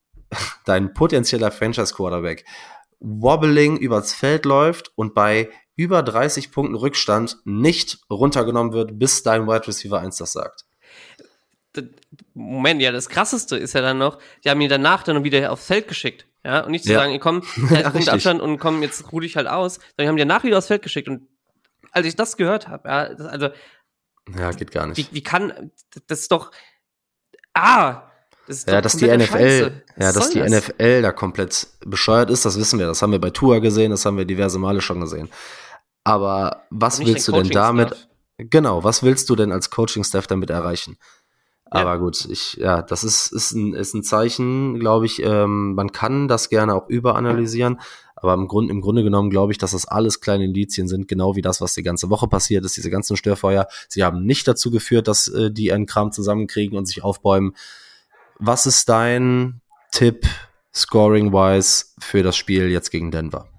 Speaker 2: dein potenzieller Franchise-Quarterback wobbling übers Feld läuft und bei über dreißig Punkten Rückstand nicht runtergenommen wird, bis dein Wide Receiver eins das sagt?
Speaker 3: Moment, ja, das Krasseste ist ja dann noch, die haben ihn danach dann wieder aufs Feld geschickt. Ja, und nicht zu
Speaker 2: Ja.
Speaker 3: sagen, ihr kommt,
Speaker 2: Ja,
Speaker 3: Punkt Abstand und komm, jetzt ruh dich halt aus. Sondern die haben dir nach wieder aufs Feld geschickt. Und als ich das gehört habe, ja, das, also,
Speaker 2: Ja, geht gar nicht.
Speaker 3: wie, wie kann, das ist doch, ah, das ist
Speaker 2: Ja,
Speaker 3: doch
Speaker 2: dass die
Speaker 3: komplette
Speaker 2: N F L,
Speaker 3: Scheiße. Was
Speaker 2: ja, dass
Speaker 3: soll
Speaker 2: die
Speaker 3: das?
Speaker 2: N F L da komplett bescheuert ist, das wissen wir. Das haben wir bei Tua gesehen, das haben wir diverse Male schon gesehen. Aber was
Speaker 3: Und nicht
Speaker 2: willst du
Speaker 3: den
Speaker 2: denn damit,
Speaker 3: Coaching-Staff.
Speaker 2: genau, was willst du denn als Coaching-Staff damit erreichen?
Speaker 3: Ja.
Speaker 2: Aber gut, ich, ja, das ist, ist ein, ist ein Zeichen, glaube ich, ähm, man kann das gerne auch überanalysieren, aber im Grunde, im Grunde genommen glaube ich, dass das alles kleine Indizien sind, genau wie das, was die ganze Woche passiert ist, diese ganzen Störfeuer. Sie haben nicht dazu geführt, dass äh, die ihren Kram zusammenkriegen und sich aufbäumen. Was ist dein Tipp, scoring-wise, für das Spiel jetzt gegen Denver?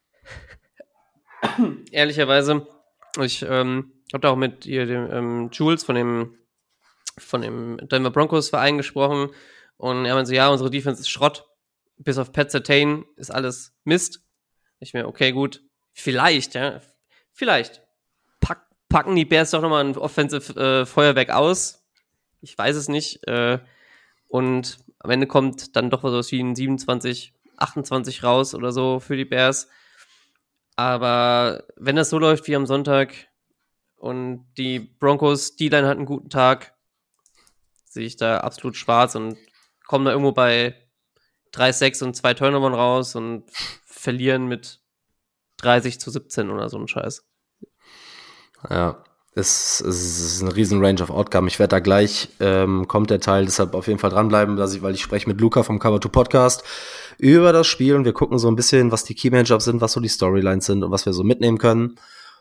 Speaker 3: Ehrlicherweise, ich ähm, habe da auch mit ihr, dem ähm, Jules von dem von dem Denver Broncos Verein gesprochen und er meinte so, ja, unsere Defense ist Schrott, bis auf Pat Surtain ist alles Mist. Ich mir, okay, gut, vielleicht, ja, vielleicht pack, packen die Bears doch nochmal ein Offensive äh, Feuerwerk aus. Ich weiß es nicht. Äh, und am Ende kommt dann doch was wie ein siebenundzwanzig, achtundzwanzig raus oder so für die Bears. Aber wenn das so läuft wie am Sonntag und die Broncos D-Line hat einen guten Tag, sehe ich da absolut schwarz und kommen da irgendwo bei drei sechs und zwei Turnovern raus und verlieren mit dreißig zu siebzehn oder so ein Scheiß.
Speaker 2: Ja, es, es ist eine riesen Range of Outcome. Ich werde da gleich, ähm, kommt der Teil, deshalb auf jeden Fall dranbleiben, dass ich, weil ich spreche mit Luca vom Cover two Podcast über das Spiel und wir gucken so ein bisschen, was die Key Matchups sind, was so die Storylines sind und was wir so mitnehmen können.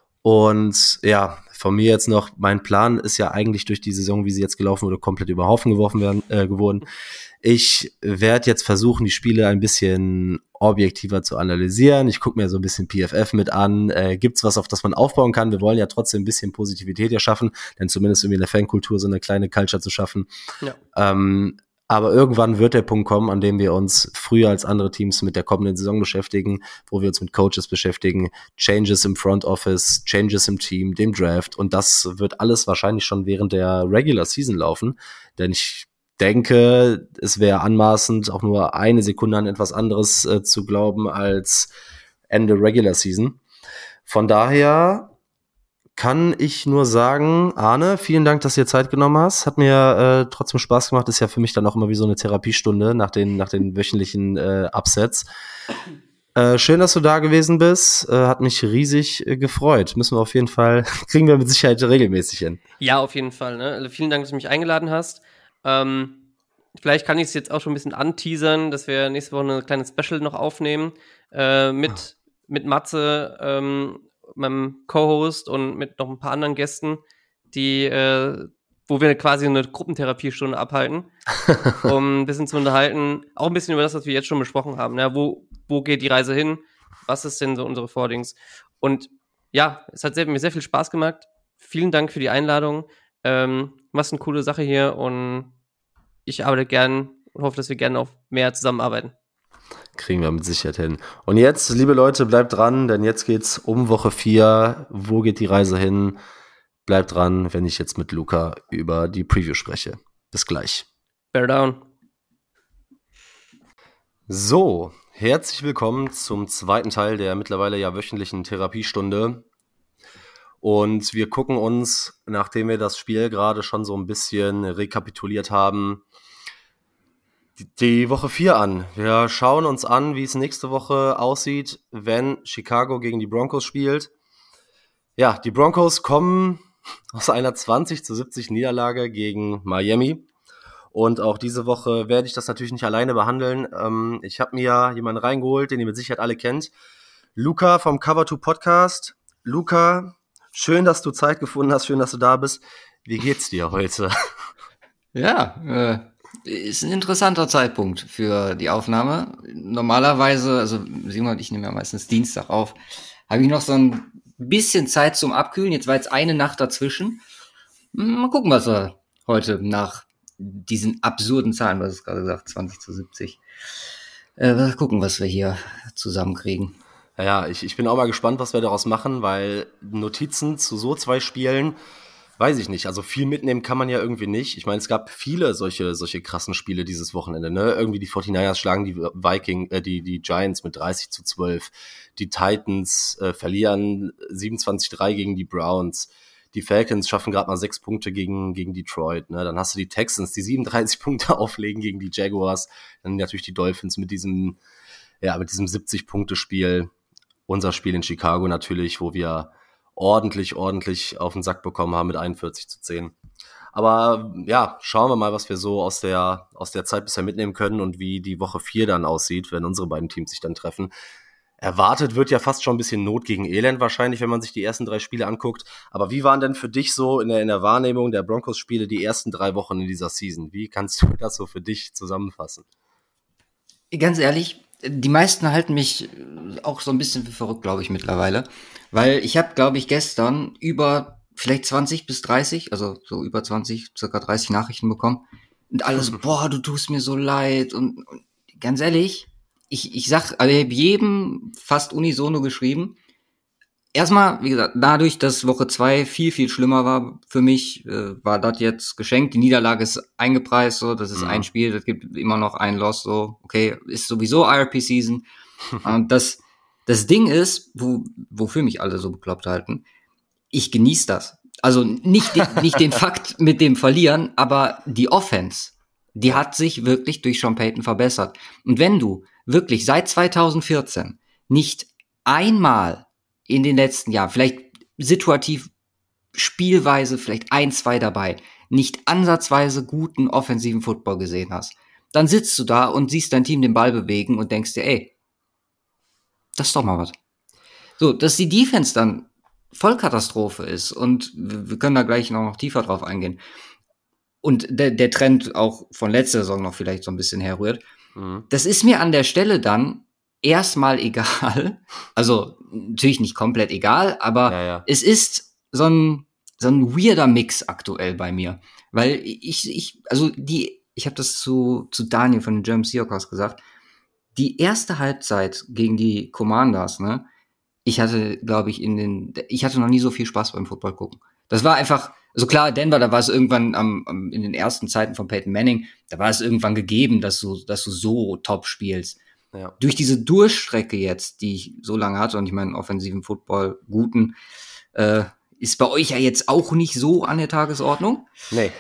Speaker 2: Und ja, von mir jetzt noch, mein Plan ist ja eigentlich durch die Saison, wie sie jetzt gelaufen wurde, komplett über den Haufen geworfen werden, äh, geworden. Ich werde jetzt versuchen, die Spiele ein bisschen objektiver zu analysieren. Ich gucke mir so ein bisschen P F F mit an. Äh, gibt's was, auf das man aufbauen kann? Wir wollen ja trotzdem ein bisschen Positivität ja schaffen, denn zumindest irgendwie in der Fankultur so eine kleine Culture zu schaffen.
Speaker 3: Ja.
Speaker 2: Ähm, aber irgendwann wird der Punkt kommen, an dem wir uns früher als andere Teams mit der kommenden Saison beschäftigen, wo wir uns mit Coaches beschäftigen, Changes im Front Office, Changes im Team, dem Draft. Und das wird alles wahrscheinlich schon während der Regular Season laufen, denn ich denke, es wäre anmaßend, auch nur eine Sekunde an etwas anderes äh, zu glauben als Ende Regular Season. Von daher kann ich nur sagen, Arne, vielen Dank, dass du dir Zeit genommen hast. Hat mir äh, trotzdem Spaß gemacht. Ist ja für mich dann auch immer wie so eine Therapiestunde nach den, nach den wöchentlichen äh, Upsets. Äh, schön, dass du da gewesen bist. Äh, hat mich riesig äh, gefreut. Müssen wir auf jeden Fall, kriegen wir mit Sicherheit regelmäßig hin.
Speaker 3: Ja, auf jeden Fall. Ne? Also vielen Dank, dass du mich eingeladen hast. Ähm, vielleicht kann ich es jetzt auch schon ein bisschen anteasern, dass wir nächste Woche eine kleine Special noch aufnehmen äh, mit, ah. mit Matze, ähm, meinem Co-Host und mit noch ein paar anderen Gästen, die, äh, wo wir quasi eine Gruppentherapiestunde abhalten, um ein bisschen zu unterhalten, auch ein bisschen über das, was wir jetzt schon besprochen haben. Ne? Wo, wo geht die Reise hin? Was ist denn so unsere Vordings? Und ja, es hat sehr, mir sehr viel Spaß gemacht. Vielen Dank für die Einladung. Ähm, machst eine coole Sache hier und ich arbeite gern und hoffe, dass wir gerne auf mehr zusammenarbeiten.
Speaker 2: Kriegen wir mit Sicherheit hin. Und jetzt, liebe Leute, bleibt dran, denn jetzt geht's um Woche vier. Wo geht die Reise hin? Bleibt dran, wenn ich jetzt mit Luca über die Preview spreche. Bis gleich.
Speaker 3: Bear down.
Speaker 2: So, herzlich willkommen zum zweiten Teil der mittlerweile ja wöchentlichen Therapiestunde. Und wir gucken uns, nachdem wir das Spiel gerade schon so ein bisschen rekapituliert haben, die Woche vier an. Wir schauen uns an, wie es nächste Woche aussieht, wenn Chicago gegen die Broncos spielt. Ja, die Broncos kommen aus einer zwanzig zu siebzig Niederlage gegen Miami. Und auch diese Woche werde ich das natürlich nicht alleine behandeln. Ähm, ich habe mir jemanden reingeholt, den ihr mit Sicherheit alle kennt. Luca vom Cover two Podcast. Luca, schön, dass du Zeit gefunden hast, schön, dass du da bist. Wie geht's dir heute?
Speaker 4: Ja, äh, ist ein interessanter Zeitpunkt für die Aufnahme. Normalerweise, also Simon und ich nehmen ja meistens Dienstag auf, habe ich noch so ein bisschen Zeit zum Abkühlen. Jetzt war jetzt eine Nacht dazwischen. Mal gucken, was wir heute nach diesen absurden Zahlen, was es gerade gesagt, zwanzig zu siebzig, äh, mal gucken, was wir hier zusammenkriegen.
Speaker 2: Ja, ich, ich bin auch mal gespannt, was wir daraus machen, weil Notizen zu so zwei Spielen weiß ich nicht. Also viel mitnehmen kann man ja irgendwie nicht. Ich meine, es gab viele solche solche krassen Spiele dieses Wochenende. Ne? Irgendwie die forty-niners schlagen die Viking, äh, die die Giants mit dreißig zu zwölf. Die Titans äh, verlieren siebenundzwanzig drei gegen die Browns. Die Falcons schaffen gerade mal sechs Punkte gegen gegen Detroit. Ne? Dann hast du die Texans, die siebenunddreißig Punkte auflegen gegen die Jaguars. Dann natürlich die Dolphins mit diesem ja mit diesem siebzig-Punkte-Spiel. Unser Spiel in Chicago natürlich, wo wir ordentlich, ordentlich auf den Sack bekommen haben mit einundvierzig zu zehn. Aber ja, schauen wir mal, was wir so aus der aus der Zeit bisher mitnehmen können und wie die Woche vier dann aussieht, wenn unsere beiden Teams sich dann treffen. Erwartet wird ja fast schon ein bisschen Not gegen Elend wahrscheinlich, wenn man sich die ersten drei Spiele anguckt. Aber wie waren denn für dich so in der, in der Wahrnehmung der Broncos-Spiele die ersten drei Wochen in dieser Season? Wie kannst du das so für dich zusammenfassen?
Speaker 4: Ganz ehrlich, die meisten halten mich auch so ein bisschen für verrückt, glaube ich, mittlerweile. Weil ich habe, glaube ich, gestern über vielleicht zwanzig bis dreißig, also so über zwanzig, circa dreißig Nachrichten bekommen. Und alles, boah, du tust mir so leid. Und, und ganz ehrlich, ich, ich sag, also ich habe jedem fast unisono geschrieben. Erstmal, wie gesagt, dadurch, dass Woche zwei viel, viel schlimmer war für mich, äh, war das jetzt geschenkt. Die Niederlage ist eingepreist, so, das ist mhm. ein Spiel, das gibt immer noch ein Loss, so, okay, ist sowieso I R P-Season. Und das, das Ding ist, wo, wofür mich alle so bekloppt halten, ich genieße das. Also nicht, den, nicht den Fakt mit dem Verlieren, aber die Offense, die hat sich wirklich durch Sean Payton verbessert. Und wenn du wirklich seit zweitausendvierzehn nicht einmal in den letzten Jahren, vielleicht situativ, spielweise, vielleicht ein, zwei dabei, nicht ansatzweise guten offensiven Football gesehen hast, dann sitzt du da und siehst dein Team den Ball bewegen und denkst dir, ey, das ist doch mal was. So, dass die Defense dann Vollkatastrophe ist und wir können da gleich noch, noch tiefer drauf eingehen und der, der Trend auch von letzter Saison noch vielleicht so ein bisschen herrührt, mhm. das ist mir an der Stelle dann erstmal egal, also natürlich nicht komplett egal, aber ja, ja. es ist so ein so ein weirder Mix aktuell bei mir, weil ich ich also die ich habe das zu zu Daniel von den German Seahawks gesagt, die erste Halbzeit gegen die Commanders, ne, ich hatte, glaube ich, in den ich hatte noch nie so viel Spaß beim Football gucken. Das war einfach so klar, Denver, da war es irgendwann am, am in den ersten Zeiten von Peyton Manning, da war es irgendwann gegeben, dass du dass du so top spielst. Ja. Durch diese Durchstrecke jetzt, die ich so lange hatte, und ich meine, offensiven Football, guten, äh, ist bei euch ja jetzt auch nicht so an der Tagesordnung.
Speaker 2: Nee.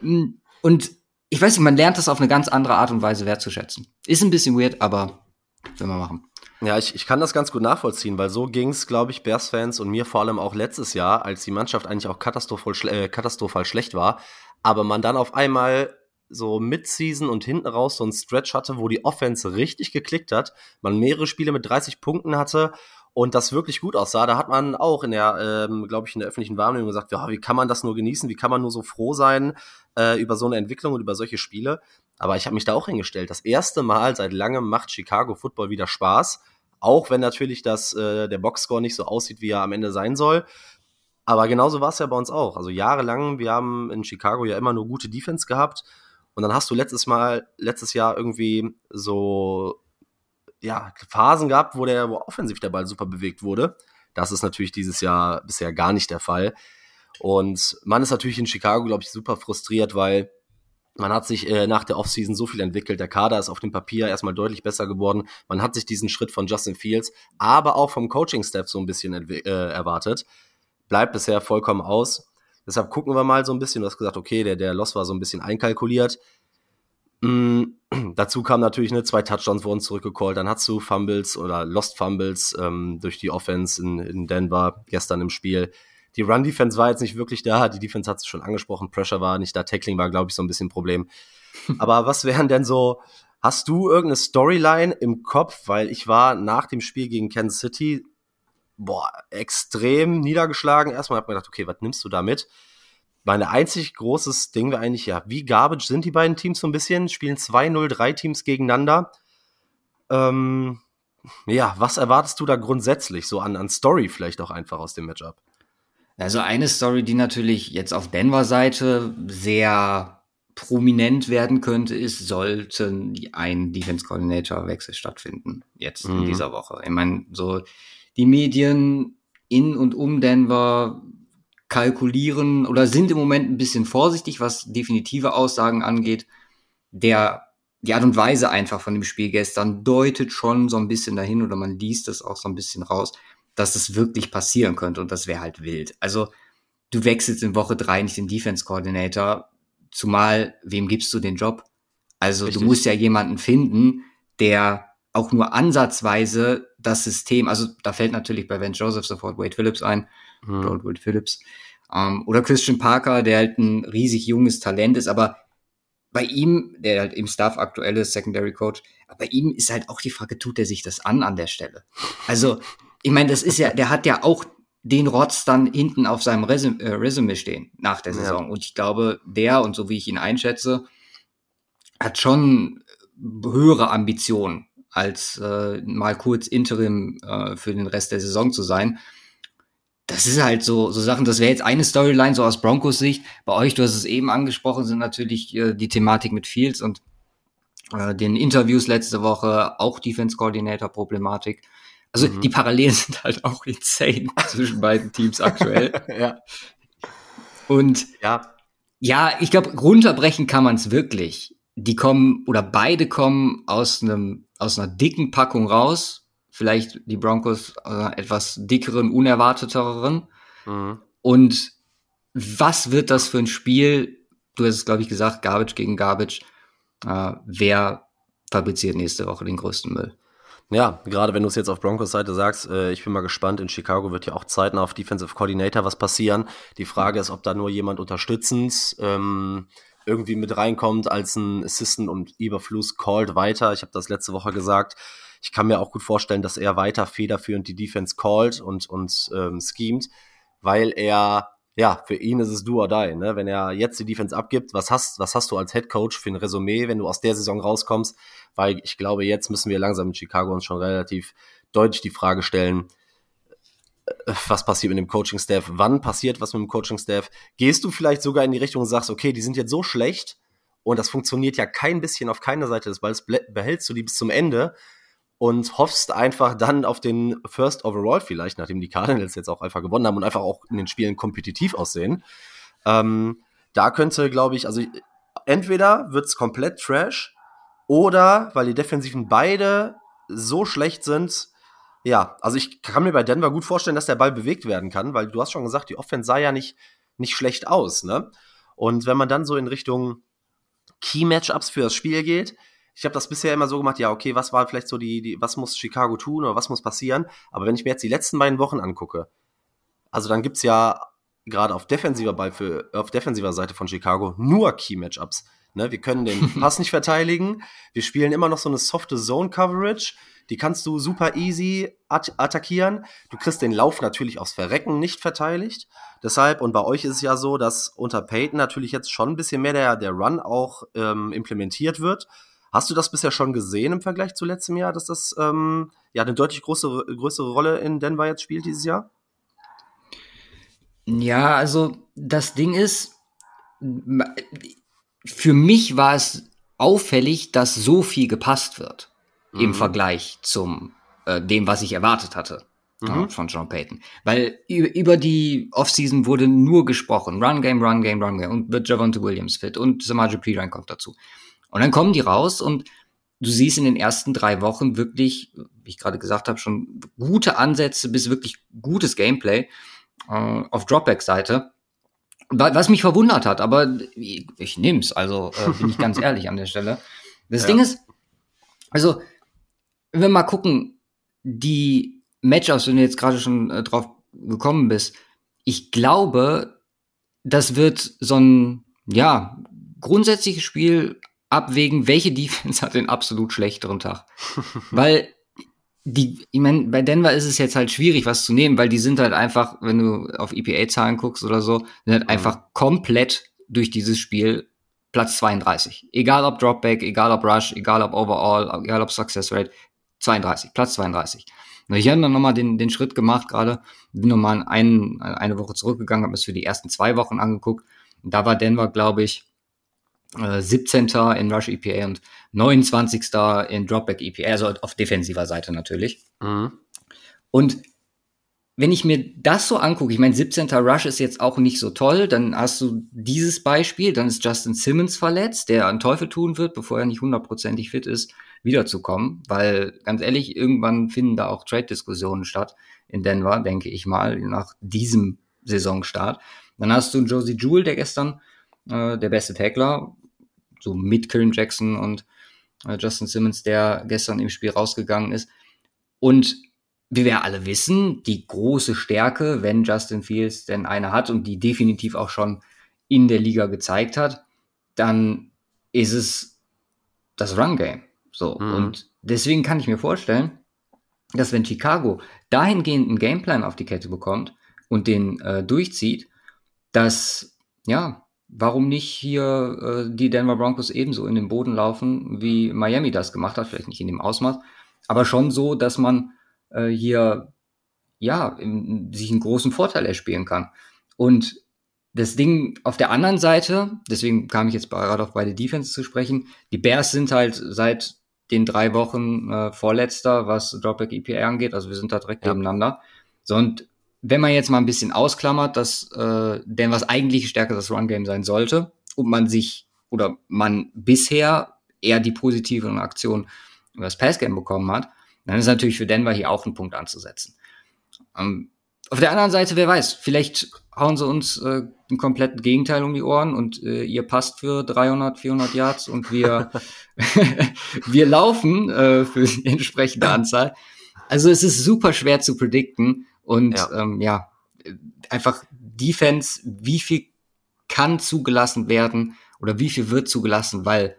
Speaker 4: Und ich weiß nicht, man lernt das auf eine ganz andere Art und Weise wertzuschätzen. Ist ein bisschen weird, aber will man machen.
Speaker 2: Ja, ich, ich kann das ganz gut nachvollziehen, weil so ging's, glaube ich, Bears-Fans und mir vor allem auch letztes Jahr, als die Mannschaft eigentlich auch katastrophal, schle- äh, katastrophal schlecht war, aber man dann auf einmal so Mid-Season und hinten raus so ein Stretch hatte, wo die Offense richtig geklickt hat, man mehrere Spiele mit dreißig Punkten hatte und das wirklich gut aussah. Da hat man auch in der, ähm, glaube ich, in der öffentlichen Wahrnehmung gesagt, ja, wie kann man das nur genießen, wie kann man nur so froh sein äh, über so eine Entwicklung und über solche Spiele. Aber ich habe mich da auch hingestellt. Das erste Mal seit langem macht Chicago Football wieder Spaß, auch wenn natürlich das, äh, der Boxscore nicht so aussieht, wie er am Ende sein soll. Aber genauso war es ja bei uns auch. Also jahrelang, wir haben in Chicago ja immer nur gute Defense gehabt. Und dann hast du letztes Mal, letztes Jahr irgendwie so, ja, Phasen gehabt, wo der, wo offensiv der Ball super bewegt wurde. Das ist natürlich dieses Jahr bisher gar nicht der Fall. Und man ist natürlich in Chicago, glaube ich, super frustriert, weil man hat sich äh, nach der Offseason so viel entwickelt. Der Kader ist auf dem Papier erstmal deutlich besser geworden. Man hat sich diesen Schritt von Justin Fields, aber auch vom Coaching-Staff so ein bisschen entwi- äh, erwartet. Bleibt bisher vollkommen aus. Deshalb gucken wir mal so ein bisschen. Du hast gesagt, okay, der, der Loss war so ein bisschen einkalkuliert. Mhm. Dazu kam natürlich, ne, zwei Touchdowns wurden zurückgecallt. Dann hast du Fumbles oder Lost Fumbles ähm, durch die Offense in, in Denver gestern im Spiel. Die Run-Defense war jetzt nicht wirklich da. Die Defense hat es schon angesprochen. Pressure war nicht da. Tackling war, glaube ich, so ein bisschen ein Problem. Aber was wären denn so, hast du irgendeine Storyline im Kopf? Weil ich war nach dem Spiel gegen Kansas City boah, extrem niedergeschlagen. Erstmal hat man gedacht, okay, was nimmst du da mit? Mein einzig großes Ding wäre eigentlich, ja, wie garbage sind die beiden Teams so ein bisschen? Spielen zwei null drei Teams gegeneinander. Ähm, ja, was erwartest du da grundsätzlich so an, an Story vielleicht auch einfach aus dem Matchup?
Speaker 4: Also eine Story, die natürlich jetzt auf Denver-Seite sehr prominent werden könnte, ist, sollte ein Defense-Coordinator-Wechsel stattfinden jetzt mhm. in dieser Woche. Ich meine, so die Medien in und um Denver kalkulieren oder sind im Moment ein bisschen vorsichtig, was definitive Aussagen angeht. Der, die Art und Weise einfach von dem Spiel gestern deutet schon so ein bisschen dahin oder man liest es auch so ein bisschen raus, dass es wirklich passieren könnte und das wäre halt wild. Also du wechselst in Woche drei nicht den Defense Coordinator, zumal wem gibst du den Job? Also
Speaker 2: Richtig.
Speaker 4: Du musst ja jemanden finden, der auch nur ansatzweise das System, also da fällt natürlich bei Vance Joseph sofort Wade Phillips ein,
Speaker 2: Hm.
Speaker 4: Wade Phillips, ähm, oder Christian Parker, der halt ein riesig junges Talent ist, aber bei ihm, der halt im Staff aktuell ist, Secondary Coach, bei ihm ist halt auch die Frage, tut er sich das an an der Stelle? Also, ich meine, das ist ja, der hat ja auch den Rotz dann hinten auf seinem Resum- äh, Resümee stehen nach der Saison.
Speaker 2: Ja.
Speaker 4: Und ich glaube, der, und so wie ich ihn einschätze, hat schon höhere Ambitionen, als äh, mal kurz Interim äh, für den Rest der Saison zu sein. Das ist halt so, so Sachen, das wäre jetzt eine Storyline, so aus Broncos Sicht. Bei euch, du hast es eben angesprochen, sind natürlich äh, die Thematik mit Fields und äh, den Interviews letzte Woche, auch Defense-Coordinator-Problematik. Also
Speaker 2: Mhm.
Speaker 4: die Parallelen sind halt auch insane zwischen beiden Teams aktuell.
Speaker 2: Ja.
Speaker 4: Und
Speaker 2: Ja.
Speaker 4: ja, ich glaube, runterbrechen kann man es wirklich. Die kommen, oder beide kommen aus einem, aus einer dicken Packung raus. Vielleicht die Broncos äh, etwas dickeren, unerwarteteren.
Speaker 2: Mhm.
Speaker 4: Und was wird das für ein Spiel? Du hast es, glaube ich, gesagt, Garbage gegen Garbage. Äh, wer fabriziert nächste Woche den größten Müll?
Speaker 2: Ja, gerade wenn du es jetzt auf Broncos Seite sagst, äh, ich bin mal gespannt, in Chicago wird ja auch zeitnah auf Defensive Coordinator was passieren. Die Frage ist, ob da nur jemand unterstützend ähm, irgendwie mit reinkommt als ein Assistant und Eberflus called weiter. Ich habe das letzte Woche gesagt. Ich kann mir auch gut vorstellen, dass er weiter federführend die Defense called und, und ähm, schemt, weil er, ja, für ihn ist es do or die, ne? Wenn er jetzt die Defense abgibt, was hast, was hast du als Head Coach für ein Resümee, wenn du aus der Saison rauskommst? Weil ich glaube, jetzt müssen wir langsam in Chicago uns schon relativ deutlich die Frage stellen, was passiert mit dem Coaching-Staff, wann passiert was mit dem Coaching-Staff? Gehst du vielleicht sogar in die Richtung und sagst, okay, die sind jetzt so schlecht und das funktioniert ja kein bisschen auf keiner Seite des Balls, behältst du die bis zum Ende und hoffst einfach dann auf den First Overall vielleicht, nachdem die Cardinals jetzt auch einfach gewonnen haben und einfach auch in den Spielen kompetitiv aussehen. Ähm, da könnte, glaube ich, also entweder wird's komplett Trash oder, weil die Defensiven beide so schlecht sind, ja, also ich kann mir bei Denver gut vorstellen, dass der Ball bewegt werden kann, weil du hast schon gesagt, die Offense sah ja nicht, nicht schlecht aus, ne? Und wenn man dann so in Richtung Key-Matchups für das Spiel geht, ich habe das bisher immer so gemacht, ja, okay, was war vielleicht so die, die, was muss Chicago tun oder was muss passieren? Aber wenn ich mir jetzt die letzten beiden Wochen angucke, also dann gibt's ja gerade auf defensiver Ball für, auf defensiver Seite von Chicago nur Key-Matchups. Ne, wir können den Pass nicht verteidigen. Wir spielen immer noch so eine softe Zone-Coverage. Die kannst du super easy at- attackieren. Du kriegst den Lauf natürlich aufs Verrecken nicht verteidigt. Deshalb, und bei euch ist es ja so, dass unter Peyton natürlich jetzt schon ein bisschen mehr der, der Run auch ähm, implementiert wird. Hast du das bisher schon gesehen im Vergleich zu letztem Jahr, dass das ähm, ja eine deutlich größere, größere Rolle in Denver jetzt spielt dieses Jahr?
Speaker 4: Ja, also das Ding ist, für mich war es auffällig, dass so viel gepasst wird mhm. im Vergleich zum äh, dem, was ich erwartet hatte mhm. äh, von Sean Payton. Weil über, über die Offseason wurde nur gesprochen. Run Game, Run Game, Run Game. Und wird Javonte Williams fit. Und Samaje Perine kommt dazu. Und dann kommen die raus und du siehst in den ersten drei Wochen wirklich, wie ich gerade gesagt habe, schon gute Ansätze bis wirklich gutes Gameplay äh, auf Dropback-Seite. Was mich verwundert hat, aber ich, ich nehm's, also äh, bin ich ganz ehrlich an der Stelle. Das ja. Ding ist, also, wenn wir mal gucken, die Matchups, wenn du jetzt gerade schon äh, drauf gekommen bist, ich glaube, das wird so ein, ja, grundsätzliches Spiel abwägen, welche Defense hat den absolut schlechteren Tag. Weil die, ich meine, bei Denver ist es jetzt halt schwierig, was zu nehmen, weil die sind halt einfach, wenn du auf E P A-Zahlen guckst oder so, sind halt mhm. einfach komplett durch dieses Spiel Platz zweiunddreißig. Egal ob Dropback, egal ob Rush, egal ob Overall, egal ob Success Rate, zweiunddreißig, Platz zweiunddreißig. Und ich habe dann nochmal den, den Schritt gemacht gerade, bin nochmal ein, eine Woche zurückgegangen, habe mir das für die ersten zwei Wochen angeguckt. Und da war Denver, glaube ich, äh, siebzehnter in Rush E P A und neunundzwanzigster in Dropback E P A, also auf defensiver Seite natürlich. Mhm. Und wenn ich mir das so angucke, ich meine, siebzehnter Rush ist jetzt auch nicht so toll, dann hast du dieses Beispiel, dann ist Justin Simmons verletzt, der einen Teufel tun wird, bevor er nicht hundertprozentig fit ist, wiederzukommen, weil, ganz ehrlich, irgendwann finden da auch Trade-Diskussionen statt in Denver, denke ich mal, nach diesem Saisonstart. Dann hast du Josie Jewell, der gestern äh, der beste Tackler, so mit Karen Jackson und äh, Justin Simmons, der gestern im Spiel rausgegangen ist. Und wie wir alle wissen, die große Stärke, wenn Justin Fields denn eine hat und die definitiv auch schon in der Liga gezeigt hat, dann ist es das Run-Game. So. Mhm. Und deswegen kann ich mir vorstellen, dass wenn Chicago dahingehend einen Gameplan auf die Kette bekommt und den äh, durchzieht, dass, ja, warum nicht hier äh, die Denver Broncos ebenso in den Boden laufen, wie Miami das gemacht hat, vielleicht nicht in dem Ausmaß, aber schon so, dass man äh, hier, ja, im, sich einen großen Vorteil erspielen kann. Und das Ding auf der anderen Seite, deswegen kam ich jetzt gerade auf beide Defense zu sprechen, die Bears sind halt seit den drei Wochen äh, Vorletzter, was Dropback E P R angeht, also wir sind da direkt ja. nebeneinander. So, und wenn man jetzt mal ein bisschen ausklammert, dass äh, Denvers eigentliche Stärke das Run-Game sein sollte und man sich, oder man bisher eher die positiveren Aktionen über das Pass-Game bekommen hat, dann ist natürlich für Denver hier auch ein Punkt anzusetzen. Ähm, auf der anderen Seite, wer weiß, vielleicht hauen sie uns äh, ein komplettes Gegenteil um die Ohren und äh, ihr passt für dreihundert, vierhundert Yards und wir wir laufen äh, für die entsprechende Anzahl. Also es ist super schwer zu predikten und ja, ähm, ja einfach Defense, wie viel kann zugelassen werden oder wie viel wird zugelassen, weil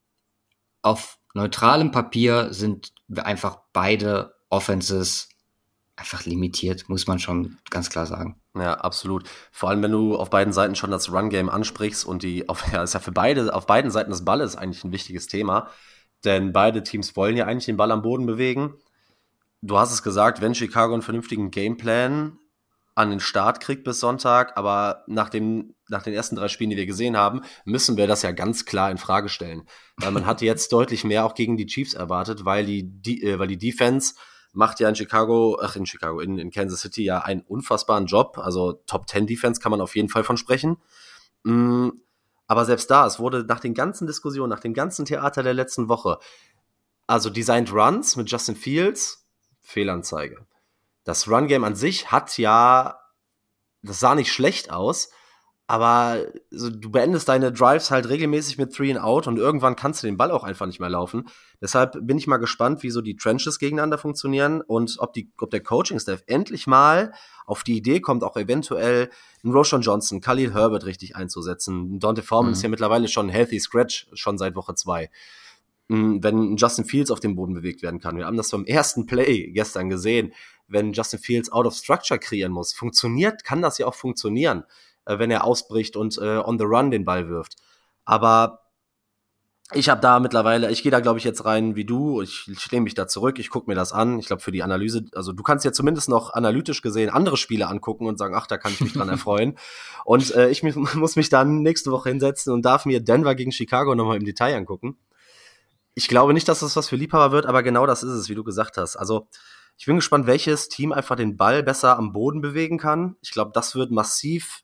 Speaker 4: auf neutralem Papier sind einfach beide Offenses einfach limitiert, muss man schon ganz klar sagen.
Speaker 2: Ja, absolut. Vor allem, wenn du auf beiden Seiten schon das Run-Game ansprichst und die, auf, ja, ist ja für beide, auf beiden Seiten des Balles eigentlich ein wichtiges Thema, denn beide Teams wollen ja eigentlich den Ball am Boden bewegen. Du hast es gesagt, wenn Chicago einen vernünftigen Gameplan an den Start kriegt bis Sonntag, aber nach, dem, nach den ersten drei Spielen, die wir gesehen haben, müssen wir das ja ganz klar in Frage stellen. Weil man hat jetzt deutlich mehr auch gegen die Chiefs erwartet, weil die, die, äh, weil die Defense macht ja in Chicago, ach in Chicago, in, in Kansas City ja einen unfassbaren Job. Also Top Ten Defense kann man auf jeden Fall von sprechen. Mm, aber selbst da, es wurde nach den ganzen Diskussionen, nach dem ganzen Theater der letzten Woche, also Designed Runs mit Justin Fields, Fehlanzeige. Das Run-Game an sich hat ja, das sah nicht schlecht aus, aber also, du beendest deine Drives halt regelmäßig mit Three and Out und irgendwann kannst du den Ball auch einfach nicht mehr laufen. Deshalb bin ich mal gespannt, wie so die Trenches gegeneinander funktionieren und ob, die, ob der Coaching-Staff endlich mal auf die Idee kommt, auch eventuell einen Roshan Johnson, Khalil Herbert richtig einzusetzen. Dante Foreman mhm. ist ja mittlerweile schon ein Healthy Scratch, schon seit Woche zwei. Wenn Justin Fields auf dem Boden bewegt werden kann. Wir haben das beim ersten Play gestern gesehen. Wenn Justin Fields out of structure kreieren muss, funktioniert, kann das ja auch funktionieren, wenn er ausbricht und äh, on the run den Ball wirft. Aber ich habe da mittlerweile, ich gehe da glaube ich jetzt rein wie du, ich, ich lehne mich da zurück, ich gucke mir das an. Ich glaube für die Analyse, also du kannst ja zumindest noch analytisch gesehen andere Spiele angucken und sagen, ach, da kann ich mich dran erfreuen. Und äh, ich muss mich dann nächste Woche hinsetzen und darf mir Denver gegen Chicago nochmal im Detail angucken. Ich glaube nicht, dass das was für Liebhaber wird, aber genau das ist es, wie du gesagt hast. Also ich bin gespannt, welches Team einfach den Ball besser am Boden bewegen kann. Ich glaube, das wird massiv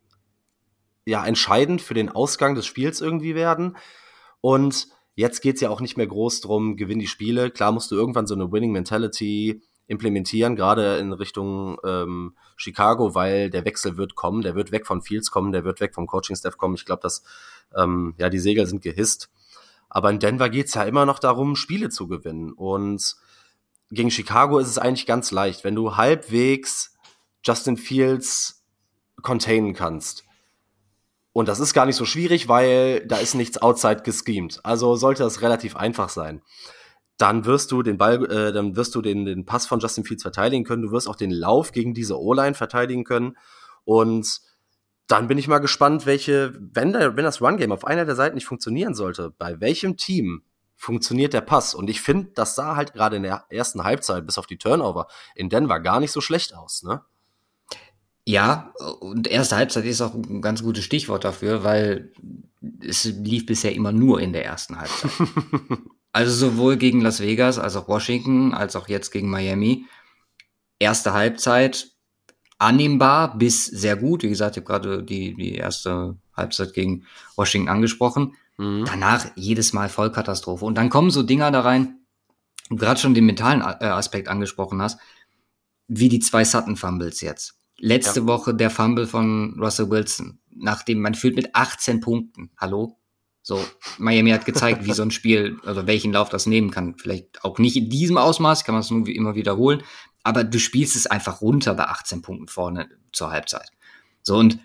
Speaker 2: ja entscheidend für den Ausgang des Spiels irgendwie werden. Und jetzt geht's ja auch nicht mehr groß drum, gewinn die Spiele. Klar musst du irgendwann so eine Winning Mentality implementieren, gerade in Richtung ähm, Chicago, weil der Wechsel wird kommen, der wird weg von Fields kommen, der wird weg vom Coaching-Staff kommen. Ich glaube, dass ähm, ja die Segel sind gehisst. Aber in Denver geht's ja immer noch darum, Spiele zu gewinnen. Und gegen Chicago ist es eigentlich ganz leicht. Wenn du halbwegs Justin Fields containen kannst. Und das ist gar nicht so schwierig, weil da ist nichts outside geschemt. Also sollte das relativ einfach sein. Dann wirst du den Ball, äh, dann wirst du den, den Pass von Justin Fields verteidigen können. Du wirst auch den Lauf gegen diese O-Line verteidigen können. Und dann bin ich mal gespannt, welche, wenn, der, wenn das Run-Game auf einer der Seiten nicht funktionieren sollte, bei welchem Team funktioniert der Pass? Und ich finde, das sah halt gerade in der ersten Halbzeit bis auf die Turnover in Denver gar nicht so schlecht aus, ne?
Speaker 4: Ja, und erste Halbzeit ist auch ein ganz gutes Stichwort dafür, weil es lief bisher immer nur in der ersten Halbzeit. Also sowohl gegen Las Vegas als auch Washington, als auch jetzt gegen Miami. Erste Halbzeit annehmbar bis sehr gut. Wie gesagt, ich habe gerade die, die erste Halbzeit gegen Washington angesprochen. Mhm. Danach jedes Mal Vollkatastrophe. Und dann kommen so Dinger da rein, du gerade schon den mentalen Aspekt angesprochen hast, wie die zwei Sutton-Fumbles jetzt. Letzte ja. Woche der Fumble von Russell Wilson, nachdem man führt mit achtzehn Punkten. Hallo? So, Miami hat gezeigt, wie so ein Spiel, also welchen Lauf das nehmen kann. Vielleicht auch nicht in diesem Ausmaß, kann man es nur wie immer wiederholen, aber du spielst es einfach runter bei achtzehn Punkten vorne zur Halbzeit. So, und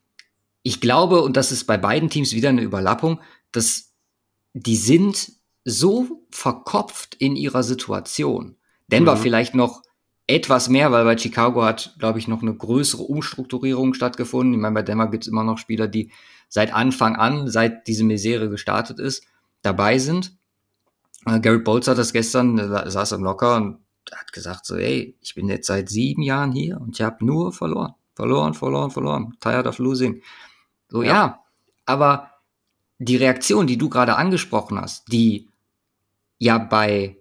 Speaker 4: ich glaube, und das ist bei beiden Teams wieder eine Überlappung, dass die sind so verkopft in ihrer Situation. Denver mhm. vielleicht noch etwas mehr, weil bei Chicago hat, glaube ich, noch eine größere Umstrukturierung stattgefunden. Ich meine, bei Denver gibt es immer noch Spieler, die seit Anfang an, seit diese Misere gestartet ist, dabei sind. Äh, Garrett Bowles hat das gestern, äh, saß im Locker und hat gesagt so, ey, ich bin jetzt seit sieben Jahren hier und ich habe nur verloren. Verloren, verloren, verloren. Tired of losing. So, ja. ja, aber die Reaktion, die du gerade angesprochen hast, die ja bei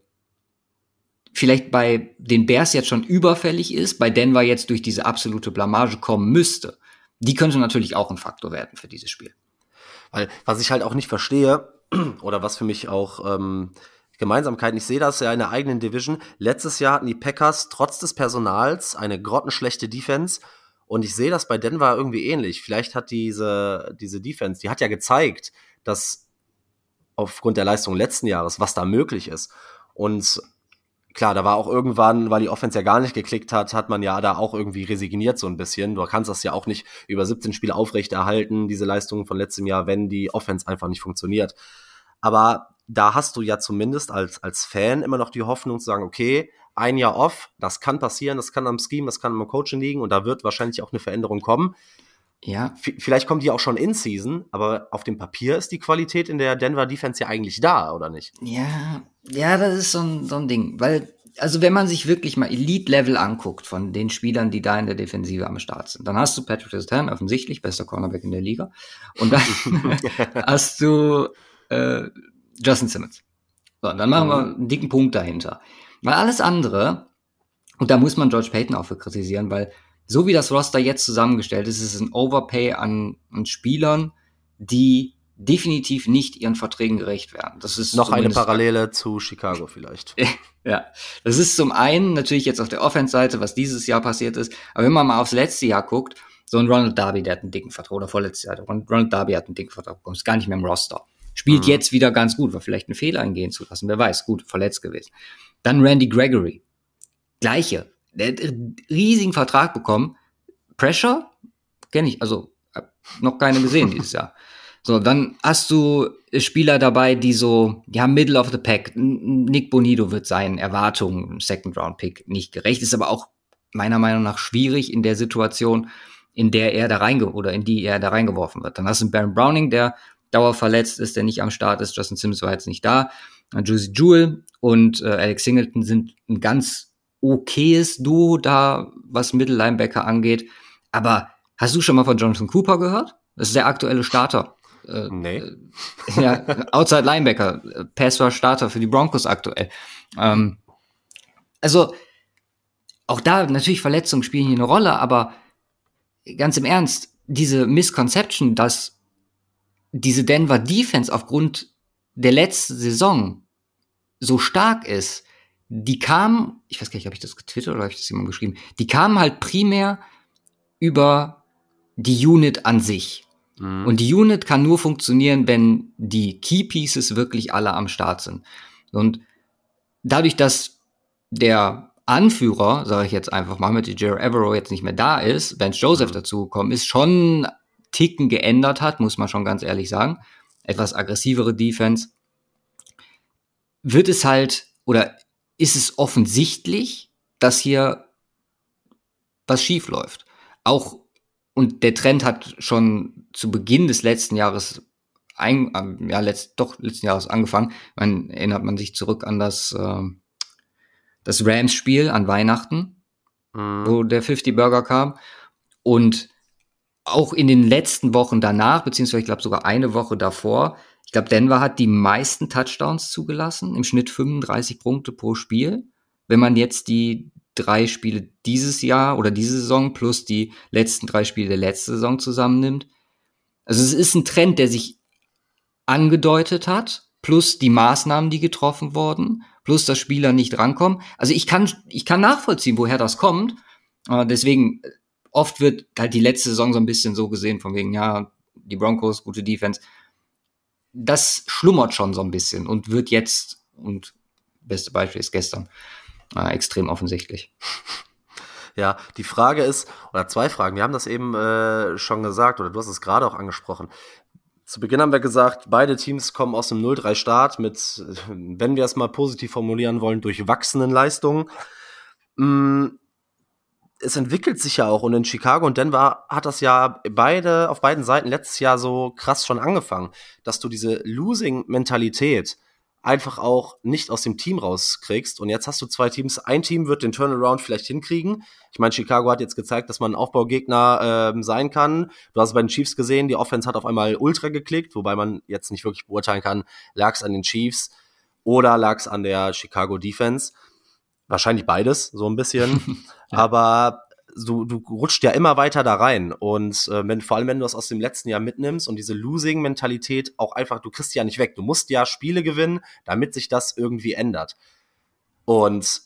Speaker 4: vielleicht bei den Bears jetzt schon überfällig ist, bei Denver jetzt durch diese absolute Blamage kommen müsste, die könnte natürlich auch ein Faktor werden für dieses Spiel.
Speaker 2: Weil, was ich halt auch nicht verstehe, oder was für mich auch ähm, Gemeinsamkeiten, ich sehe das ja in der eigenen Division. Letztes Jahr hatten die Packers trotz des Personals eine grottenschlechte Defense und ich sehe das bei Denver irgendwie ähnlich. Vielleicht hat diese, diese Defense, die hat ja gezeigt, dass aufgrund der Leistung letzten Jahres, was da möglich ist. Und klar, da war auch irgendwann, weil die Offense ja gar nicht geklickt hat, hat man ja da auch irgendwie resigniert so ein bisschen. Du kannst das ja auch nicht über siebzehn Spiele aufrechterhalten, diese Leistungen von letztem Jahr, wenn die Offense einfach nicht funktioniert. Aber da hast du ja zumindest als, als Fan immer noch die Hoffnung zu sagen, okay, ein Jahr off, das kann passieren, das kann am Scheme, das kann am Coaching liegen und da wird wahrscheinlich auch eine Veränderung kommen.
Speaker 4: Ja.
Speaker 2: V- vielleicht kommt die auch schon in Season, aber auf dem Papier ist die Qualität in der Denver Defense ja eigentlich da, oder nicht?
Speaker 4: Ja, ja, das ist so ein, so ein Ding, weil, also wenn man sich wirklich mal Elite-Level anguckt von den Spielern, die da in der Defensive am Start sind, dann hast du Patrick Surtain, offensichtlich, bester Cornerback in der Liga, und dann hast du äh, Justin Simmons. So, und dann machen wir einen dicken Punkt dahinter. Weil alles andere, und da muss man George Payton auch für kritisieren, weil so wie das Roster jetzt zusammengestellt ist, ist es ein Overpay an, an Spielern, die definitiv nicht ihren Verträgen gerecht werden. Das ist
Speaker 2: noch eine Parallele zu Chicago vielleicht.
Speaker 4: Ja, das ist zum einen natürlich jetzt auf der Offense-Seite, was dieses Jahr passiert ist, aber wenn man mal aufs letzte Jahr guckt, so ein Ronald Darby, der hat einen dicken Vertrag, oder vorletztes Jahr, Ronald Darby hat einen dicken Vertrag bekommen, ist gar nicht mehr im Roster. Spielt mhm. jetzt wieder ganz gut, war vielleicht ein Fehler eingehen zu lassen, wer weiß, gut, verletzt gewesen. Dann Randy Gregory, gleiche, der hat einen riesigen Vertrag bekommen, Pressure, kenne ich, also hab noch keine gesehen dieses Jahr. So, dann hast du Spieler dabei, die so, ja, Middle of the Pack. Nick Bonito wird seinen Erwartungen, Second-Round-Pick, nicht gerecht. Ist aber auch meiner Meinung nach schwierig in der Situation, in der er da reinge- oder in die er da reingeworfen wird. Dann hast du Baron Browning, der dauerverletzt ist, der nicht am Start ist. Justin Simmons war jetzt nicht da. Juicy Jewell und äh, Alex Singleton sind ein ganz okayes Duo da, was Mittellinebacker angeht. Aber hast du schon mal von Jonathan Cooper gehört? Das ist der aktuelle Starter. Äh,
Speaker 2: nee.
Speaker 4: Äh, ja, Outside Linebacker, äh, Pass-Rush-Starter für die Broncos aktuell. Ähm, also, auch da natürlich Verletzungen spielen hier eine Rolle, aber ganz im Ernst, diese Misconception, dass diese Denver Defense aufgrund der letzten Saison so stark ist, die kam, ich weiß gar nicht, habe ich das getwittert oder habe ich das jemand geschrieben, die kam halt primär über die Unit an sich. Mhm. Und die Unit kann nur funktionieren, wenn die Key Pieces wirklich alle am Start sind. Und dadurch, dass der Anführer, sage ich jetzt einfach mal, mit Ejiro Evero jetzt nicht mehr da ist, Vance Joseph mhm. dazugekommen ist, schon Ticken geändert hat, muss man schon ganz ehrlich sagen. Etwas aggressivere Defense. Wird es halt, oder ist es offensichtlich, dass hier was schief läuft. Auch, und der Trend hat schon zu Beginn des letzten Jahres ein, ja, letzt, doch letzten Jahres angefangen. Man erinnert man sich zurück an das, äh, das Rams-Spiel an Weihnachten, mhm. wo der fünfzig Burger kam. Und auch in den letzten Wochen danach, beziehungsweise ich glaube sogar eine Woche davor, ich glaube, Denver hat die meisten Touchdowns zugelassen, im Schnitt fünfunddreißig Punkte pro Spiel. Wenn man jetzt die drei Spiele dieses Jahr oder diese Saison plus die letzten drei Spiele der letzten Saison zusammennimmt. Also es ist ein Trend, der sich angedeutet hat, plus die Maßnahmen, die getroffen wurden, plus dass Spieler nicht rankommen. Also ich kann, ich kann nachvollziehen, woher das kommt. Äh, deswegen, oft wird halt die letzte Saison so ein bisschen so gesehen, von wegen, ja, die Broncos, gute Defense. Das schlummert schon so ein bisschen und wird jetzt, und beste Beispiel ist gestern, äh, extrem offensichtlich.
Speaker 2: Ja, die Frage ist, oder zwei Fragen, wir haben das eben äh, schon gesagt, oder du hast es gerade auch angesprochen. Zu Beginn haben wir gesagt, beide Teams kommen aus einem null drei Start mit, wenn wir es mal positiv formulieren wollen, durchwachsenen Leistungen. Es entwickelt sich ja auch, und in Chicago und Denver hat das ja beide auf beiden Seiten letztes Jahr so krass schon angefangen, dass du diese Losing-Mentalität einfach auch nicht aus dem Team rauskriegst. Und jetzt hast du zwei Teams. Ein Team wird den Turnaround vielleicht hinkriegen. Ich meine, Chicago hat jetzt gezeigt, dass man ein Aufbaugegner äh, sein kann. Du hast es bei den Chiefs gesehen, die Offense hat auf einmal ultra geklickt, wobei man jetzt nicht wirklich beurteilen kann, lag es an den Chiefs oder lag es an der Chicago Defense. Wahrscheinlich beides, so ein bisschen. Ja. Aber du, du rutscht ja immer weiter da rein. Und äh, wenn, vor allem, wenn du das aus dem letzten Jahr mitnimmst und diese Losing-Mentalität auch einfach, du kriegst die ja nicht weg. Du musst ja Spiele gewinnen, damit sich das irgendwie ändert. Und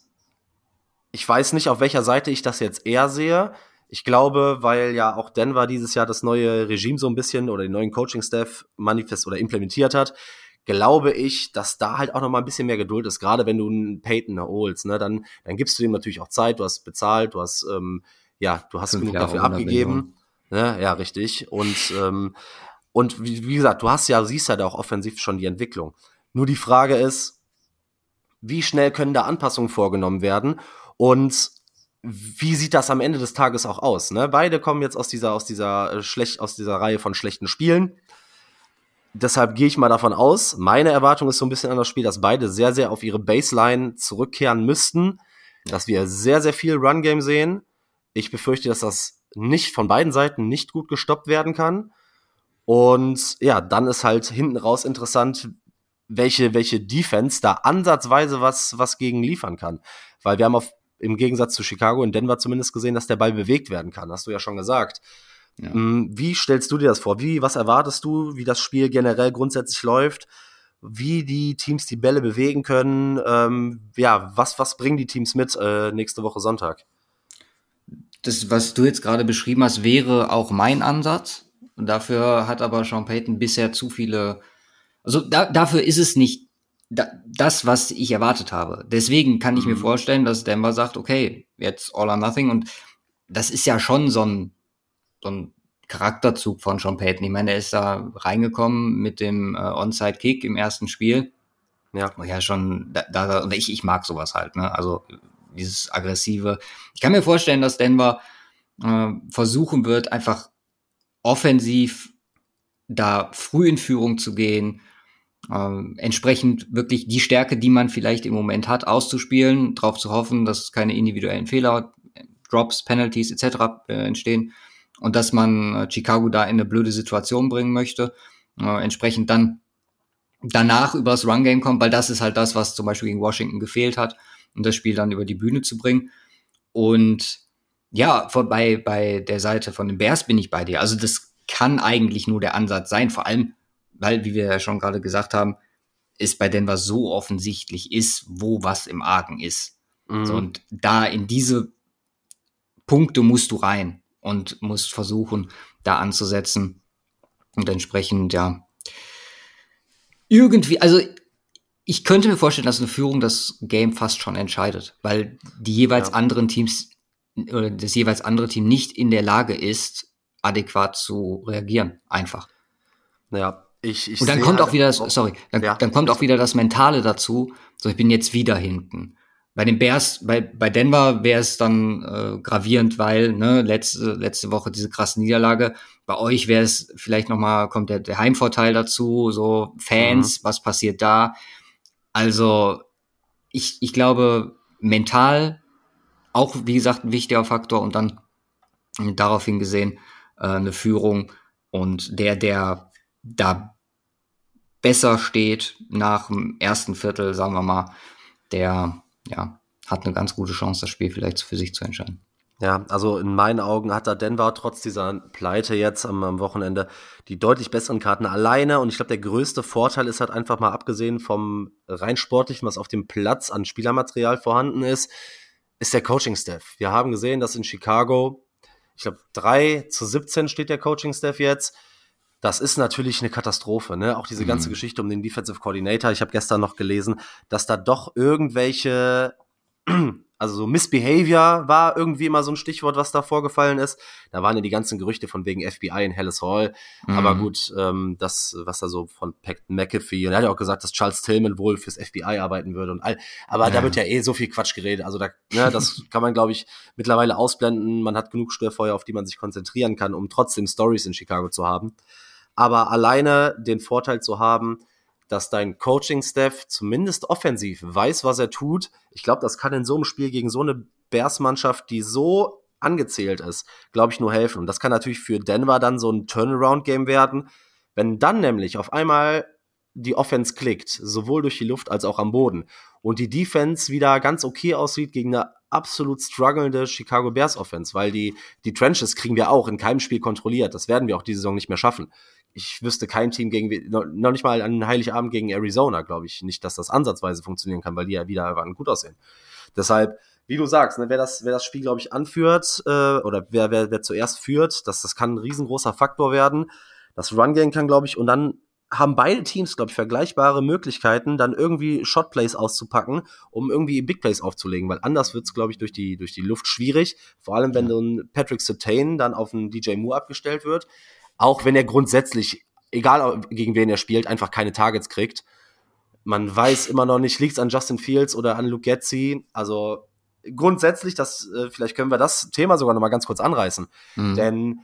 Speaker 2: ich weiß nicht, auf welcher Seite ich das jetzt eher sehe. Ich glaube, weil ja auch Denver dieses Jahr das neue Regime so ein bisschen oder den neuen Coaching-Staff manifest oder implementiert hat, glaube ich, dass da halt auch noch mal ein bisschen mehr Geduld ist. Gerade wenn du einen Peyton holst, ne, dann, dann gibst du ihm natürlich auch Zeit. Du hast bezahlt, du hast, ähm, ja, du hast genug dafür abgegeben. Ne? Ja, richtig. Und, ähm, und wie, wie gesagt, du hast ja, siehst ja da auch offensiv schon die Entwicklung. Nur die Frage ist, wie schnell können da Anpassungen vorgenommen werden? Und wie sieht das am Ende des Tages auch aus? Ne? Beide kommen jetzt aus dieser, aus dieser äh, schlecht, aus dieser Reihe von schlechten Spielen. Deshalb gehe ich mal davon aus, meine Erwartung ist so ein bisschen an das Spiel, dass beide sehr, sehr auf ihre Baseline zurückkehren müssten, dass wir sehr, sehr viel Run-Game sehen. Ich befürchte, dass das nicht von beiden Seiten nicht gut gestoppt werden kann. Und ja, dann ist halt hinten raus interessant, welche, welche Defense da ansatzweise was, was gegen liefern kann. Weil wir haben auf, im Gegensatz zu Chicago in Denver zumindest gesehen, dass der Ball bewegt werden kann. Hast du ja schon gesagt. Ja. Wie stellst du dir das vor? Wie, was erwartest du, wie das Spiel generell grundsätzlich läuft? Wie die Teams die Bälle bewegen können? Ähm, ja, was, was bringen die Teams mit äh, nächste Woche Sonntag?
Speaker 4: Das, was du jetzt gerade beschrieben hast, wäre auch mein Ansatz. Und dafür hat aber Sean Payton bisher zu viele, also da, dafür ist es nicht da, das, was ich erwartet habe. Deswegen kann ich mhm. mir vorstellen, dass Denver sagt, okay, jetzt all or nothing. Und das ist ja schon so ein so ein Charakterzug von Sean Payton. Ich meine, er ist da reingekommen mit dem äh, Onside-Kick im ersten Spiel. Ja, oh ja schon, da, da und ich, ich mag sowas halt, ne? Also dieses aggressive. Ich kann mir vorstellen, dass Denver äh, versuchen wird, einfach offensiv da früh in Führung zu gehen, äh, entsprechend wirklich die Stärke, die man vielleicht im Moment hat, auszuspielen, darauf zu hoffen, dass keine individuellen Fehler, Drops, Penalties et cetera äh, entstehen. Und dass man äh, Chicago da in eine blöde Situation bringen möchte, äh, entsprechend dann danach übers Run-Game kommt, weil das ist halt das, was zum Beispiel gegen Washington gefehlt hat, um das Spiel dann über die Bühne zu bringen. Und ja, vor, bei, bei der Seite von den Bears bin ich bei dir. Also das kann eigentlich nur der Ansatz sein, vor allem, weil, wie wir ja schon gerade gesagt haben, es bei Denver so offensichtlich ist, wo was im Argen ist. Mhm. So, und da in diese Punkte musst du rein und musst versuchen, da anzusetzen und entsprechend, ja, irgendwie, also ich könnte mir vorstellen, dass eine Führung das Game fast schon entscheidet, weil die jeweils ja. anderen Teams oder das jeweils andere Team nicht in der Lage ist, adäquat zu reagieren, einfach.
Speaker 2: Ja, ich, ich
Speaker 4: Und dann kommt auch wieder, das, sorry, dann, ja. dann kommt auch wieder das Mentale dazu, so ich bin jetzt wieder hinten. Bei den Bears, bei, bei Denver wäre es dann äh, gravierend, weil ne, letzte, letzte Woche diese krasse Niederlage. Bei euch wäre es vielleicht nochmal, kommt der, der Heimvorteil dazu, so Fans, mhm. was passiert da? Also ich, ich glaube, mental auch, wie gesagt, ein wichtiger Faktor und dann daraufhin gesehen äh, eine Führung und der, der da besser steht nach dem ersten Viertel, sagen wir mal, der ja, hat eine ganz gute Chance, das Spiel vielleicht für sich zu entscheiden.
Speaker 2: Ja, also in meinen Augen hat da Denver trotz dieser Pleite jetzt am, am Wochenende die deutlich besseren Karten alleine. Und ich glaube, der größte Vorteil ist halt einfach mal abgesehen vom rein sportlichen, was auf dem Platz an Spielermaterial vorhanden ist, ist der Coaching-Staff. Wir haben gesehen, dass in Chicago, ich glaube, drei zu siebzehn steht der Coaching-Staff jetzt. Das ist natürlich eine Katastrophe, ne? Auch diese ganze mhm. Geschichte um den Defensive Coordinator. Ich habe gestern noch gelesen, dass da doch irgendwelche also so Misbehavior war irgendwie immer so ein Stichwort, was da vorgefallen ist. Da waren ja die ganzen Gerüchte von wegen F B I in Hallis Hall. Mhm. Aber gut, ähm, das, was da so von Paxton McAfee, und er hat ja auch gesagt, dass Charles Tillman wohl fürs F B I arbeiten würde und all. Aber ja. da wird ja eh so viel Quatsch geredet. Also da, ne, das kann man, glaube ich, mittlerweile ausblenden. Man hat genug Störfeuer, auf die man sich konzentrieren kann, um trotzdem Stories in Chicago zu haben. Aber alleine den Vorteil zu haben, dass dein Coaching-Staff zumindest offensiv weiß, was er tut. Ich glaube, das kann in so einem Spiel gegen so eine Bears-Mannschaft, die so angezählt ist, glaube ich, nur helfen. Und das kann natürlich für Denver dann so ein Turnaround-Game werden. Wenn dann nämlich auf einmal die Offense klickt, sowohl durch die Luft als auch am Boden, und die Defense wieder ganz okay aussieht gegen eine absolut strugglende Chicago Bears-Offense, weil die, die Trenches kriegen wir auch in keinem Spiel kontrolliert. Das werden wir auch diese Saison nicht mehr schaffen. Ich wüsste kein Team gegen, noch nicht mal an Heiligabend gegen Arizona, glaube ich nicht, dass das ansatzweise funktionieren kann, weil die ja wieder einfach gut aussehen. Deshalb, wie du sagst, ne, wer das, wer das Spiel, glaube ich, anführt, äh, oder wer, wer, wer zuerst führt, das, das kann ein riesengroßer Faktor werden. Das Run-Game kann, glaube ich, und dann haben beide Teams, glaube ich, vergleichbare Möglichkeiten, dann irgendwie Shotplays auszupacken, um irgendwie Big Plays aufzulegen, weil anders wird's, glaube ich, durch die, durch die Luft schwierig. Vor allem, wenn ja. so ein Patrick Surtain dann auf einen D J Moore abgestellt wird. Auch wenn er grundsätzlich, egal gegen wen er spielt, einfach keine Targets kriegt. Man weiß immer noch nicht, liegt's an Justin Fields oder an Luke Getsy. Also grundsätzlich, das, vielleicht können wir das Thema sogar noch mal ganz kurz anreißen. Mhm. Denn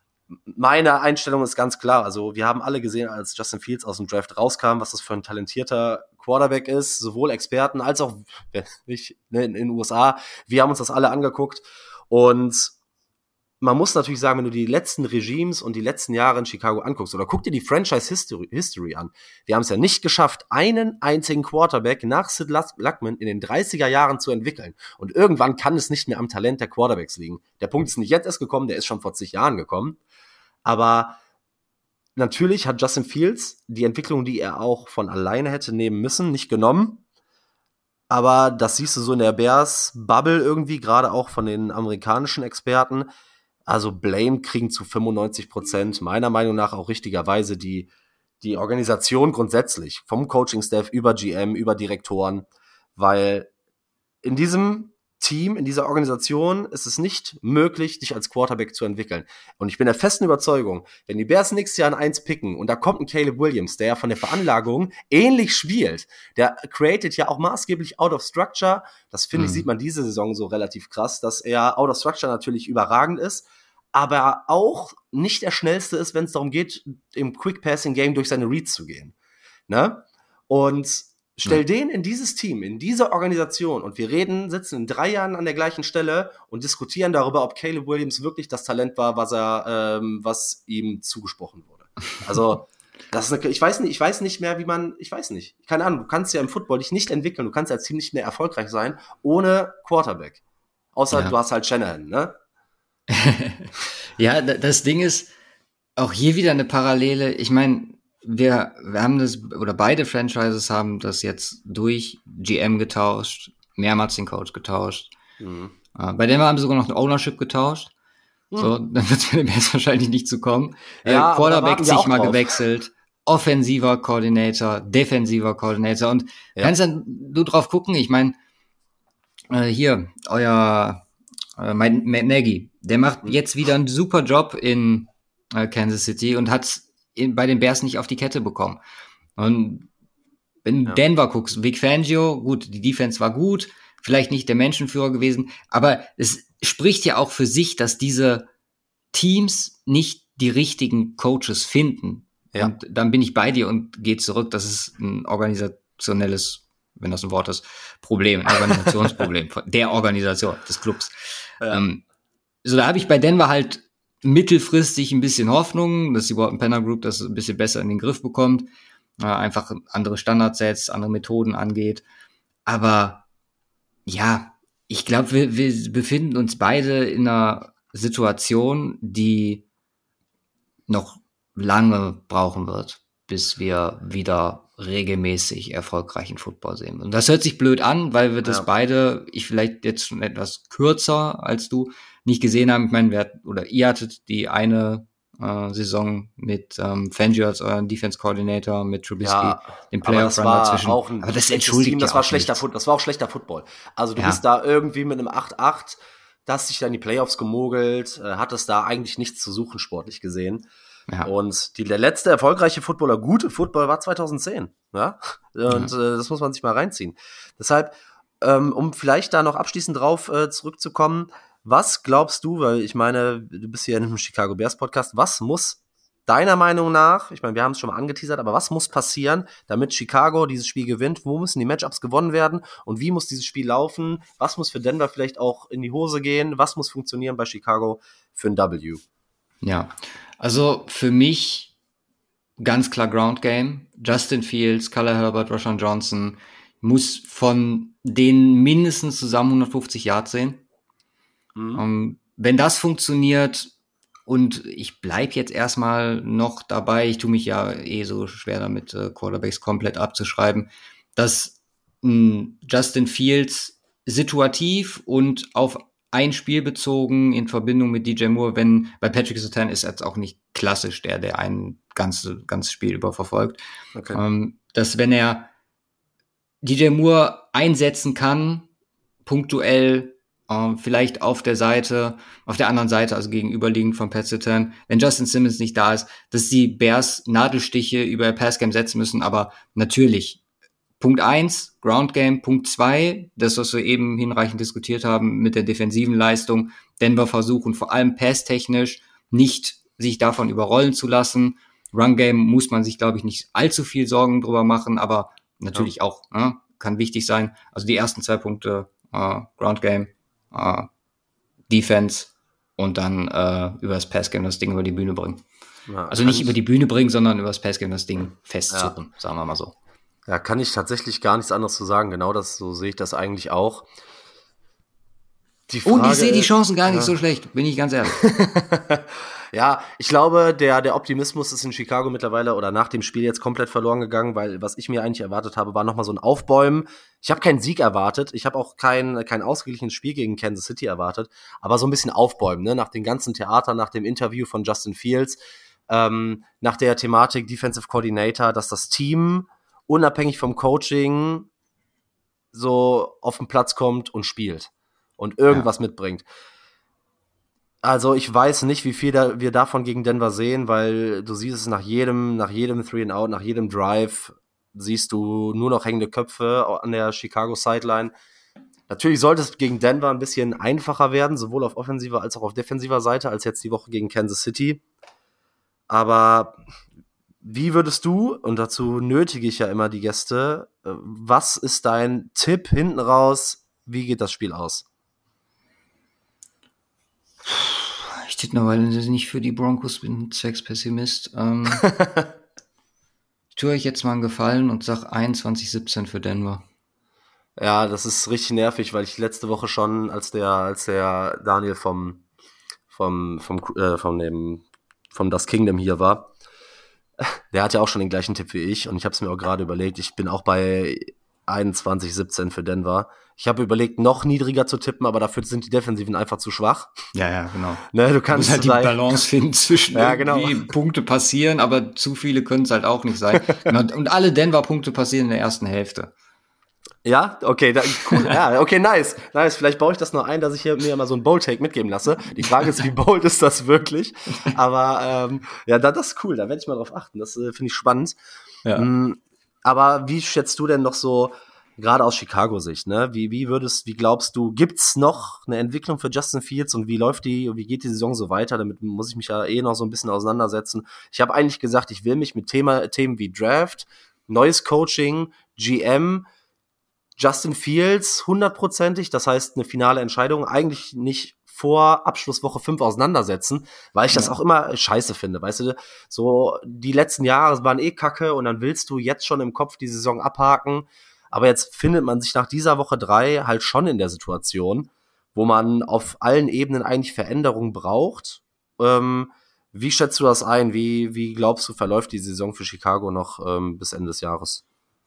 Speaker 2: meine Einstellung ist ganz klar. Also wir haben alle gesehen, als Justin Fields aus dem Draft rauskam, was das für ein talentierter Quarterback ist, sowohl Experten als auch nicht, ne, in den U S A. Wir haben uns das alle angeguckt. Und man muss natürlich sagen, wenn du die letzten Regimes und die letzten Jahre in Chicago anguckst, oder guck dir die Franchise-History History an. Wir haben es ja nicht geschafft, einen einzigen Quarterback nach Sid Luckman in den dreißiger Jahren zu entwickeln. Und irgendwann kann es nicht mehr am Talent der Quarterbacks liegen. Der Punkt ist nicht jetzt erst gekommen, der ist schon vor zig Jahren gekommen. Aber natürlich hat Justin Fields die Entwicklung, die er auch von alleine hätte nehmen müssen, nicht genommen. Aber das siehst du so in der Bears-Bubble irgendwie, gerade auch von den amerikanischen Experten. Also Blame kriegen zu fünfundneunzig Prozent meiner Meinung nach auch richtigerweise die, die Organisation grundsätzlich, vom Coaching-Staff über G M, über Direktoren, weil in diesem Team, in dieser Organisation ist es nicht möglich, dich als Quarterback zu entwickeln. Und ich bin der festen Überzeugung, wenn die Bears nächstes Jahr an eins picken und da kommt ein Caleb Williams, der ja von der Veranlagung ähnlich spielt, der created ja auch maßgeblich out of structure, das finde ich, mhm. sieht man diese Saison so relativ krass, dass er out of structure natürlich überragend ist, aber auch nicht der Schnellste ist, wenn es darum geht, im Quick-Passing-Game durch seine Reads zu gehen. Ne? Und stell ja. den in dieses Team, in diese Organisation, und wir reden, sitzen in drei Jahren an der gleichen Stelle und diskutieren darüber, ob Caleb Williams wirklich das Talent war, was er, ähm, was ihm zugesprochen wurde. Also, das ist eine, ich weiß nicht, ich weiß nicht mehr, wie man, ich weiß nicht, keine Ahnung, du kannst ja im Football dich nicht entwickeln, du kannst als Team nicht mehr erfolgreich sein, ohne Quarterback. Außer ja. du hast halt Shanahan, ne?
Speaker 4: Ja, das Ding ist, auch hier wieder eine Parallele, ich meine, Wir, wir haben das, oder beide Franchises haben das jetzt durch G M getauscht, mehrmals den Coach getauscht. Mhm. Uh, bei Denver haben sie sogar noch ein Ownership getauscht. Mhm. So, dann wird es mit dem Bears wahrscheinlich nicht zu kommen. Ja, äh, Quarterback zigmal gewechselt, offensiver Coordinator, defensiver Coordinator. Und ja. kannst dann du drauf gucken, ich meine, äh, hier, euer äh, mein, Matt Nagy, der macht mhm. jetzt wieder einen super Job in äh, Kansas City und hat In, bei den Bears nicht auf die Kette bekommen. Und wenn du ja. Denver guckst, Vic Fangio, gut, die Defense war gut, vielleicht nicht der Menschenführer gewesen, aber es spricht ja auch für sich, dass diese Teams nicht die richtigen Coaches finden. Ja. Und dann bin ich bei dir und gehe zurück, das ist ein organisationelles, wenn das ein Wort ist, Problem, ein Organisationsproblem der Organisation, des Clubs. Ja. Ähm, so, da habe ich bei Denver halt mittelfristig ein bisschen Hoffnung, dass die Walton Penner Group das ein bisschen besser in den Griff bekommt, äh, einfach andere Standards setzt, andere Methoden angeht. Aber ja, ich glaube, wir, wir befinden uns beide in einer Situation, die noch lange brauchen wird, bis wir wieder regelmäßig erfolgreichen Football sehen. Und das hört sich blöd an, weil wir das
Speaker 2: Ja.
Speaker 4: beide, ich vielleicht jetzt schon etwas kürzer als du, nicht gesehen haben. Ich meine, wir, oder ihr hattet die eine äh, Saison mit ähm, Fangio als euren Defense Coordinator, mit Trubisky,
Speaker 2: Ja,
Speaker 4: dem
Speaker 2: aber das
Speaker 4: Playoff-Run
Speaker 2: war
Speaker 4: dazwischen.
Speaker 2: auch ein
Speaker 4: aber das
Speaker 2: schlechtes
Speaker 4: entschuldigt
Speaker 2: Team, das
Speaker 4: ja
Speaker 2: war
Speaker 4: auch
Speaker 2: schlechter
Speaker 4: nichts.
Speaker 2: Football, das war auch schlechter Football. Also du
Speaker 4: Ja.
Speaker 2: bist da irgendwie mit einem acht acht, da hast dich da in die Playoffs gemogelt, äh, hattest da eigentlich nichts zu suchen, sportlich gesehen.
Speaker 4: Ja.
Speaker 2: Und die, der letzte erfolgreiche Footballer, gute Football, war zweitausendzehn. Ja? Und äh, das muss man sich mal reinziehen. Deshalb, ähm, um vielleicht da noch abschließend drauf äh, zurückzukommen, was glaubst du, weil ich meine, du bist hier in einem Chicago Bears Podcast, was muss deiner Meinung nach, ich meine, wir haben es schon mal angeteasert, aber was muss passieren, damit Chicago dieses Spiel gewinnt? Wo müssen die Matchups gewonnen werden? Und wie muss dieses Spiel laufen? Was muss für Denver vielleicht auch in die Hose gehen? Was muss funktionieren bei Chicago für ein W?
Speaker 4: Ja, also für mich ganz klar Ground Game. Justin Fields, Kyler Herbert, Rashawn Johnson muss von denen mindestens zusammen hundertfünfzig Yards sehen.
Speaker 2: Mhm.
Speaker 4: Um, wenn das funktioniert, und ich bleib jetzt erstmal noch dabei, ich tue mich ja eh so schwer damit, äh, Quarterbacks komplett abzuschreiben, dass mh, Justin Fields situativ und auf ein Spiel bezogen in Verbindung mit D J Moore, wenn, bei Patrick Surtain ist jetzt auch nicht klassisch der, der ein ganzes ganzes Spiel über verfolgt,
Speaker 2: Okay.
Speaker 4: ähm, dass wenn er D J Moore einsetzen kann, punktuell, ähm, vielleicht auf der Seite, auf der anderen Seite, also gegenüberliegend von Pat Surtain, wenn Justin Simmons nicht da ist, dass die Bears Nadelstiche über Passgame setzen müssen, aber natürlich, Punkt eins, Ground Game, Punkt zwei, das, was wir eben hinreichend diskutiert haben mit der defensiven Leistung, Denver versuchen, vor allem passtechnisch, nicht sich davon überrollen zu lassen. Run Game muss man sich, glaube ich, nicht allzu viel Sorgen drüber machen, aber natürlich ja. auch, ne, kann wichtig sein. Also die ersten zwei Punkte, äh, Ground Game, äh, Defense und dann äh, über das Passgame das Ding über die Bühne bringen.
Speaker 2: Ja,
Speaker 4: also nicht über die Bühne bringen, sondern über das Passgame das Ding festzurren,
Speaker 2: ja.
Speaker 4: sagen wir mal so.
Speaker 2: Ja, kann ich tatsächlich gar nichts anderes zu sagen. Genau das, so sehe ich das eigentlich auch.
Speaker 4: Die Frage, und ich sehe die Chancen gar nicht
Speaker 2: ja.
Speaker 4: so schlecht, bin ich ganz ehrlich.
Speaker 2: Ja, ich glaube, der, der Optimismus ist in Chicago mittlerweile oder nach dem Spiel jetzt komplett verloren gegangen, weil was ich mir eigentlich erwartet habe, war nochmal so ein Aufbäumen. Ich habe keinen Sieg erwartet, ich habe auch kein, kein ausgeglichenes Spiel gegen Kansas City erwartet, aber so ein bisschen Aufbäumen, ne? Nach dem ganzen Theater, nach dem Interview von Justin Fields, ähm, nach der Thematik Defensive Coordinator, dass das Team unabhängig vom Coaching so auf den Platz kommt und spielt und irgendwas ja. mitbringt. Also ich weiß nicht, wie viel da wir davon gegen Denver sehen, weil du siehst es nach jedem, nach jedem Three and Out, nach jedem Drive siehst du nur noch hängende Köpfe an der Chicago Sideline. Natürlich sollte es gegen Denver ein bisschen einfacher werden, sowohl auf offensiver als auch auf defensiver Seite, als jetzt die Woche gegen Kansas City. Aber wie würdest du, und dazu nötige ich ja immer die Gäste, was ist dein Tipp hinten raus? Wie geht das Spiel aus?
Speaker 4: Ich tippe noch, weil ich nicht für die Broncos bin, zwecks Pessimist. Ähm, ich tue euch jetzt mal einen Gefallen und sag einundzwanzig siebzehn für Denver.
Speaker 2: Ja, das ist richtig nervig, weil ich letzte Woche schon, als der, als der Daniel vom, vom, vom, äh, von dem, vom Das Kingdom hier war, der hat ja auch schon den gleichen Tipp wie ich und ich habe es mir auch gerade überlegt, ich bin auch bei einundzwanzig siebzehn für Denver. Ich habe überlegt, noch niedriger zu tippen, aber dafür sind die Defensiven einfach zu schwach.
Speaker 4: Ja, ja, genau.
Speaker 2: Ne, du kannst
Speaker 4: du musst halt die Balance finden zwischen
Speaker 2: ja, genau.
Speaker 4: Punkte passieren, aber zu viele können es halt auch nicht sein. Und alle Denver-Punkte passieren in der ersten Hälfte.
Speaker 2: Ja, okay, da, cool. Ja, okay, nice. Nice. Vielleicht baue ich das noch ein, dass ich hier mir mal so ein Bold-Take mitgeben lasse. Die Frage ist, wie bold ist das wirklich? Aber ähm, ja, das ist cool, da werde ich mal drauf achten. Das äh, finde ich spannend.
Speaker 4: Ja.
Speaker 2: Mhm. Aber wie schätzt du denn noch so, gerade aus Chicago-Sicht, ne? Wie, wie würdest, wie glaubst du, gibt's noch eine Entwicklung für Justin Fields und wie läuft die, wie geht die Saison so weiter? Damit muss ich mich ja eh noch so ein bisschen auseinandersetzen. Ich habe eigentlich gesagt, ich will mich mit Thema, Themen wie Draft, neues Coaching, G M, Justin Fields hundertprozentig, das heißt eine finale Entscheidung, eigentlich nicht vor Abschlusswoche fünf auseinandersetzen, weil ich das
Speaker 4: ja.
Speaker 2: auch immer scheiße finde, weißt du, so die letzten Jahre waren eh kacke und dann willst du jetzt schon im Kopf die Saison abhaken, Aber jetzt findet man sich nach dieser Woche drei halt schon in der Situation, wo man auf allen Ebenen eigentlich Veränderungen braucht. Ähm, wie schätzt du das ein? Wie, wie glaubst du, verläuft die Saison für Chicago noch ähm, bis Ende des Jahres?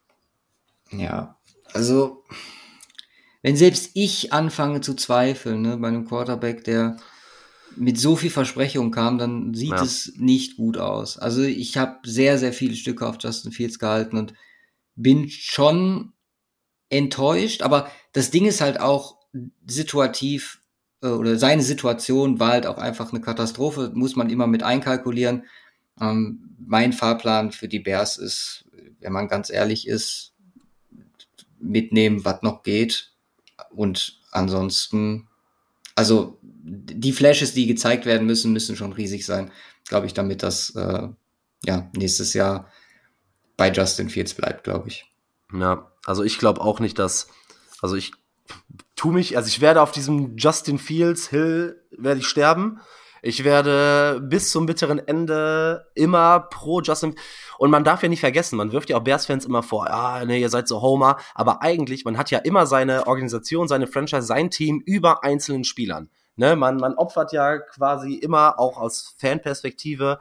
Speaker 4: Ja, also wenn selbst ich anfange zu zweifeln, ne, bei einem Quarterback, der mit so viel Versprechung kam, dann sieht ja. es nicht gut aus. Also ich habe sehr, sehr viele Stücke auf Justin Fields gehalten und bin schon enttäuscht, aber das Ding ist halt auch situativ, äh, oder seine Situation war halt auch einfach eine Katastrophe, muss man immer mit einkalkulieren. Ähm, mein Fahrplan für die Bears ist, wenn man ganz ehrlich ist, mitnehmen, was noch geht, und ansonsten, also die Flashes, die gezeigt werden müssen, müssen schon riesig sein, glaube ich, damit das äh, ja nächstes Jahr bei Justin Fields bleibt, glaube ich.
Speaker 2: Ja, also ich glaube auch nicht, dass, also ich tu mich, also ich werde auf diesem Justin Fields Hill, werde ich sterben. Ich werde bis zum bitteren Ende immer pro Justin, und man darf ja nicht vergessen, man wirft ja auch Bears-Fans immer vor, ah, ne, ihr seid so Homer, aber eigentlich, man hat ja immer seine Organisation, seine Franchise, sein Team über einzelnen Spielern. Ne, man, man opfert ja quasi immer auch aus Fanperspektive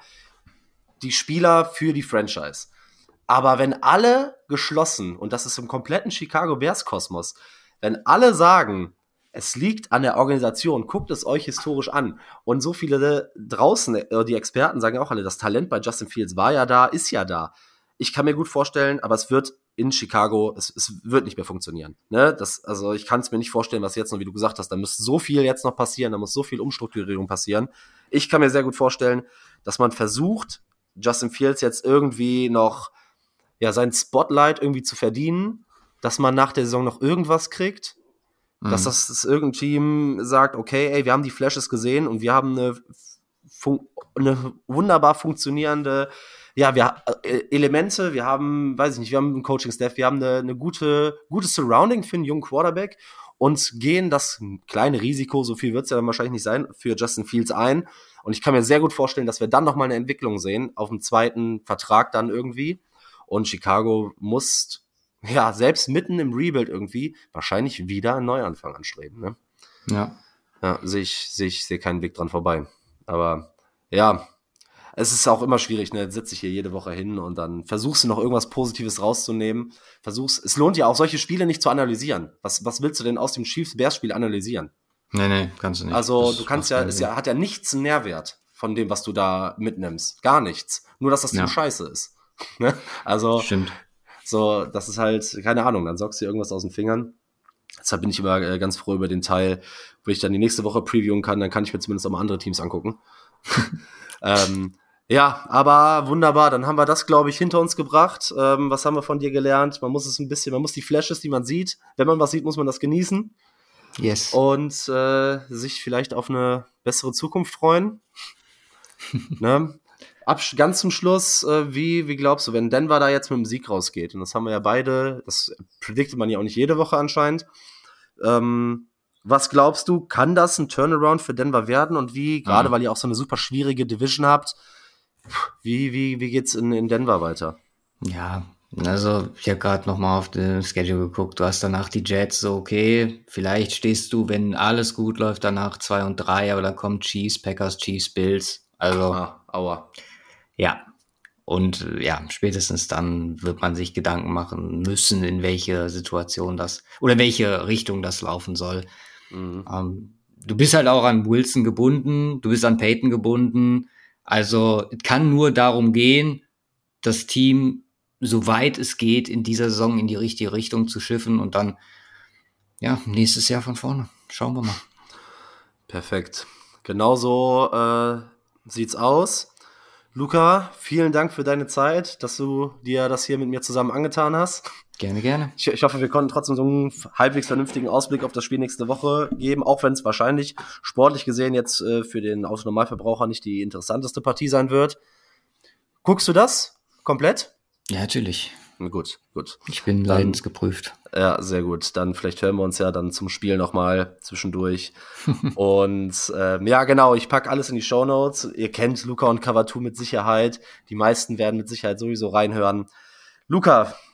Speaker 2: die Spieler für die Franchise. Aber wenn alle geschlossen, und das ist im kompletten Chicago Bears-Kosmos, wenn alle sagen, es liegt an der Organisation, guckt es euch historisch an, und so viele draußen, die Experten sagen auch alle, das Talent bei Justin Fields war ja da, ist ja da. Ich kann mir gut vorstellen, aber es wird in Chicago, es, es wird nicht mehr funktionieren. Ne? Das, also ich kann es mir nicht vorstellen, was jetzt noch, wie du gesagt hast, da muss so viel jetzt noch passieren, da muss so viel Umstrukturierung passieren. Ich kann mir sehr gut vorstellen, dass man versucht, Justin Fields jetzt irgendwie noch ja sein Spotlight irgendwie zu verdienen, dass man nach der Saison noch irgendwas kriegt, mhm. dass das dass irgendein Team sagt, okay, ey, wir haben die Flashes gesehen und wir haben eine, fun- eine wunderbar funktionierende, ja, wir äh, Elemente, wir haben, weiß ich nicht, wir haben einen Coaching-Staff, wir haben eine, eine gute, gutes Surrounding für einen jungen Quarterback und gehen das kleine Risiko, so viel wird es ja dann wahrscheinlich nicht sein, für Justin Fields ein. Und ich kann mir sehr gut vorstellen, dass wir dann nochmal eine Entwicklung sehen, auf dem zweiten Vertrag dann irgendwie. Und Chicago muss, ja, selbst mitten im Rebuild irgendwie wahrscheinlich wieder einen Neuanfang anstreben. Ne?
Speaker 4: Ja.
Speaker 2: Ja, sehe ich, sehe ich, sehe keinen Weg dran vorbei. Aber ja, es ist auch immer schwierig, ne? Jetzt sitze ich hier jede Woche hin und dann versuchst du noch irgendwas Positives rauszunehmen. Versuchst, es lohnt ja auch, solche Spiele nicht zu analysieren. Was, was willst du denn aus dem Chiefs-Bears-Spiel analysieren?
Speaker 4: Nee, nee, kannst du nicht.
Speaker 2: Also
Speaker 4: das
Speaker 2: du kannst ja, es ja, hat ja nichts einen Nährwert von dem, was du da mitnimmst. Gar nichts. Nur, dass das Team ja. scheiße ist. Ne? Also,
Speaker 4: stimmt.
Speaker 2: So, das ist halt, keine Ahnung, dann saugst du dir irgendwas aus den Fingern. Deshalb bin ich immer äh, ganz froh über den Teil, wo ich dann die nächste Woche previewen kann, dann kann ich mir zumindest auch mal andere Teams angucken. ähm, ja, aber wunderbar, dann haben wir das, glaube ich, hinter uns gebracht. Ähm, was haben wir von dir gelernt? Man muss es ein bisschen, man muss die Flashes, die man sieht, wenn man was sieht, muss man das genießen.
Speaker 4: Yes.
Speaker 2: Und äh, sich vielleicht auf eine bessere Zukunft freuen. Ne? Ab, ganz zum Schluss, äh, wie, wie glaubst du, wenn Denver da jetzt mit dem Sieg rausgeht, und das haben wir ja beide, das prediktet man ja auch nicht jede Woche anscheinend, ähm, was glaubst du, kann das ein Turnaround für Denver werden, und wie, gerade mhm. weil ihr auch so eine super schwierige Division habt, wie, wie, wie geht's in, in Denver weiter?
Speaker 4: Ja, also ich habe gerade nochmal auf den Schedule geguckt, du hast danach die Jets, so okay, vielleicht stehst du, wenn alles gut läuft, danach zwei und drei, aber dann kommen Chiefs, Packers, Chiefs, Bills, also
Speaker 2: ah, aua.
Speaker 4: Ja, und ja, spätestens dann wird man sich Gedanken machen müssen, in welche Situation das, oder welche Richtung das laufen soll. Mhm. Ähm, du bist halt auch an Wilson gebunden, du bist an Peyton gebunden, also es kann nur darum gehen, das Team, soweit es geht, in dieser Saison in die richtige Richtung zu schiffen und dann, ja, nächstes Jahr von vorne. Schauen wir mal.
Speaker 2: Perfekt. Genauso äh, sieht's aus. Luca, vielen Dank für deine Zeit, dass du dir das hier mit mir zusammen angetan hast.
Speaker 4: Gerne, gerne.
Speaker 2: Ich, ich hoffe, wir konnten trotzdem so einen halbwegs vernünftigen Ausblick auf das Spiel nächste Woche geben, auch wenn es wahrscheinlich sportlich gesehen jetzt äh, für den Autonormalverbraucher nicht die interessanteste Partie sein wird. Guckst du das komplett?
Speaker 4: Ja, natürlich.
Speaker 2: Gut, gut.
Speaker 4: Ich bin leidensgeprüft.
Speaker 2: Ja, sehr gut. Dann vielleicht hören wir uns ja dann zum Spiel nochmal zwischendurch. Und ähm, ja, genau, ich packe alles in die Shownotes. Ihr kennt Luca und Cover zwei mit Sicherheit. Die meisten werden mit Sicherheit sowieso reinhören. Luca,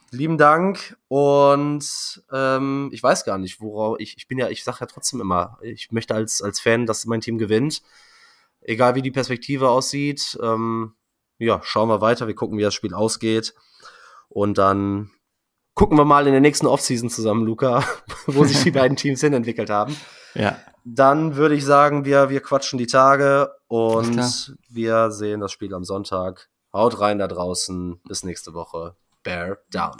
Speaker 2: lieben Dank und ähm, ich weiß gar nicht, worauf ich, ich bin ja, ich sag ja trotzdem immer, ich möchte als, als Fan, dass mein Team gewinnt, egal wie die Perspektive aussieht. Ähm, ja, schauen wir weiter, wir gucken, wie das Spiel ausgeht und dann gucken wir mal in der nächsten Offseason zusammen, Luca, wo sich die beiden Teams hinentwickelt haben.
Speaker 4: Ja.
Speaker 2: Dann würde ich sagen, wir, wir quatschen die Tage und wir sehen das Spiel am Sonntag. Haut rein da draußen. Bis nächste Woche. Bear down.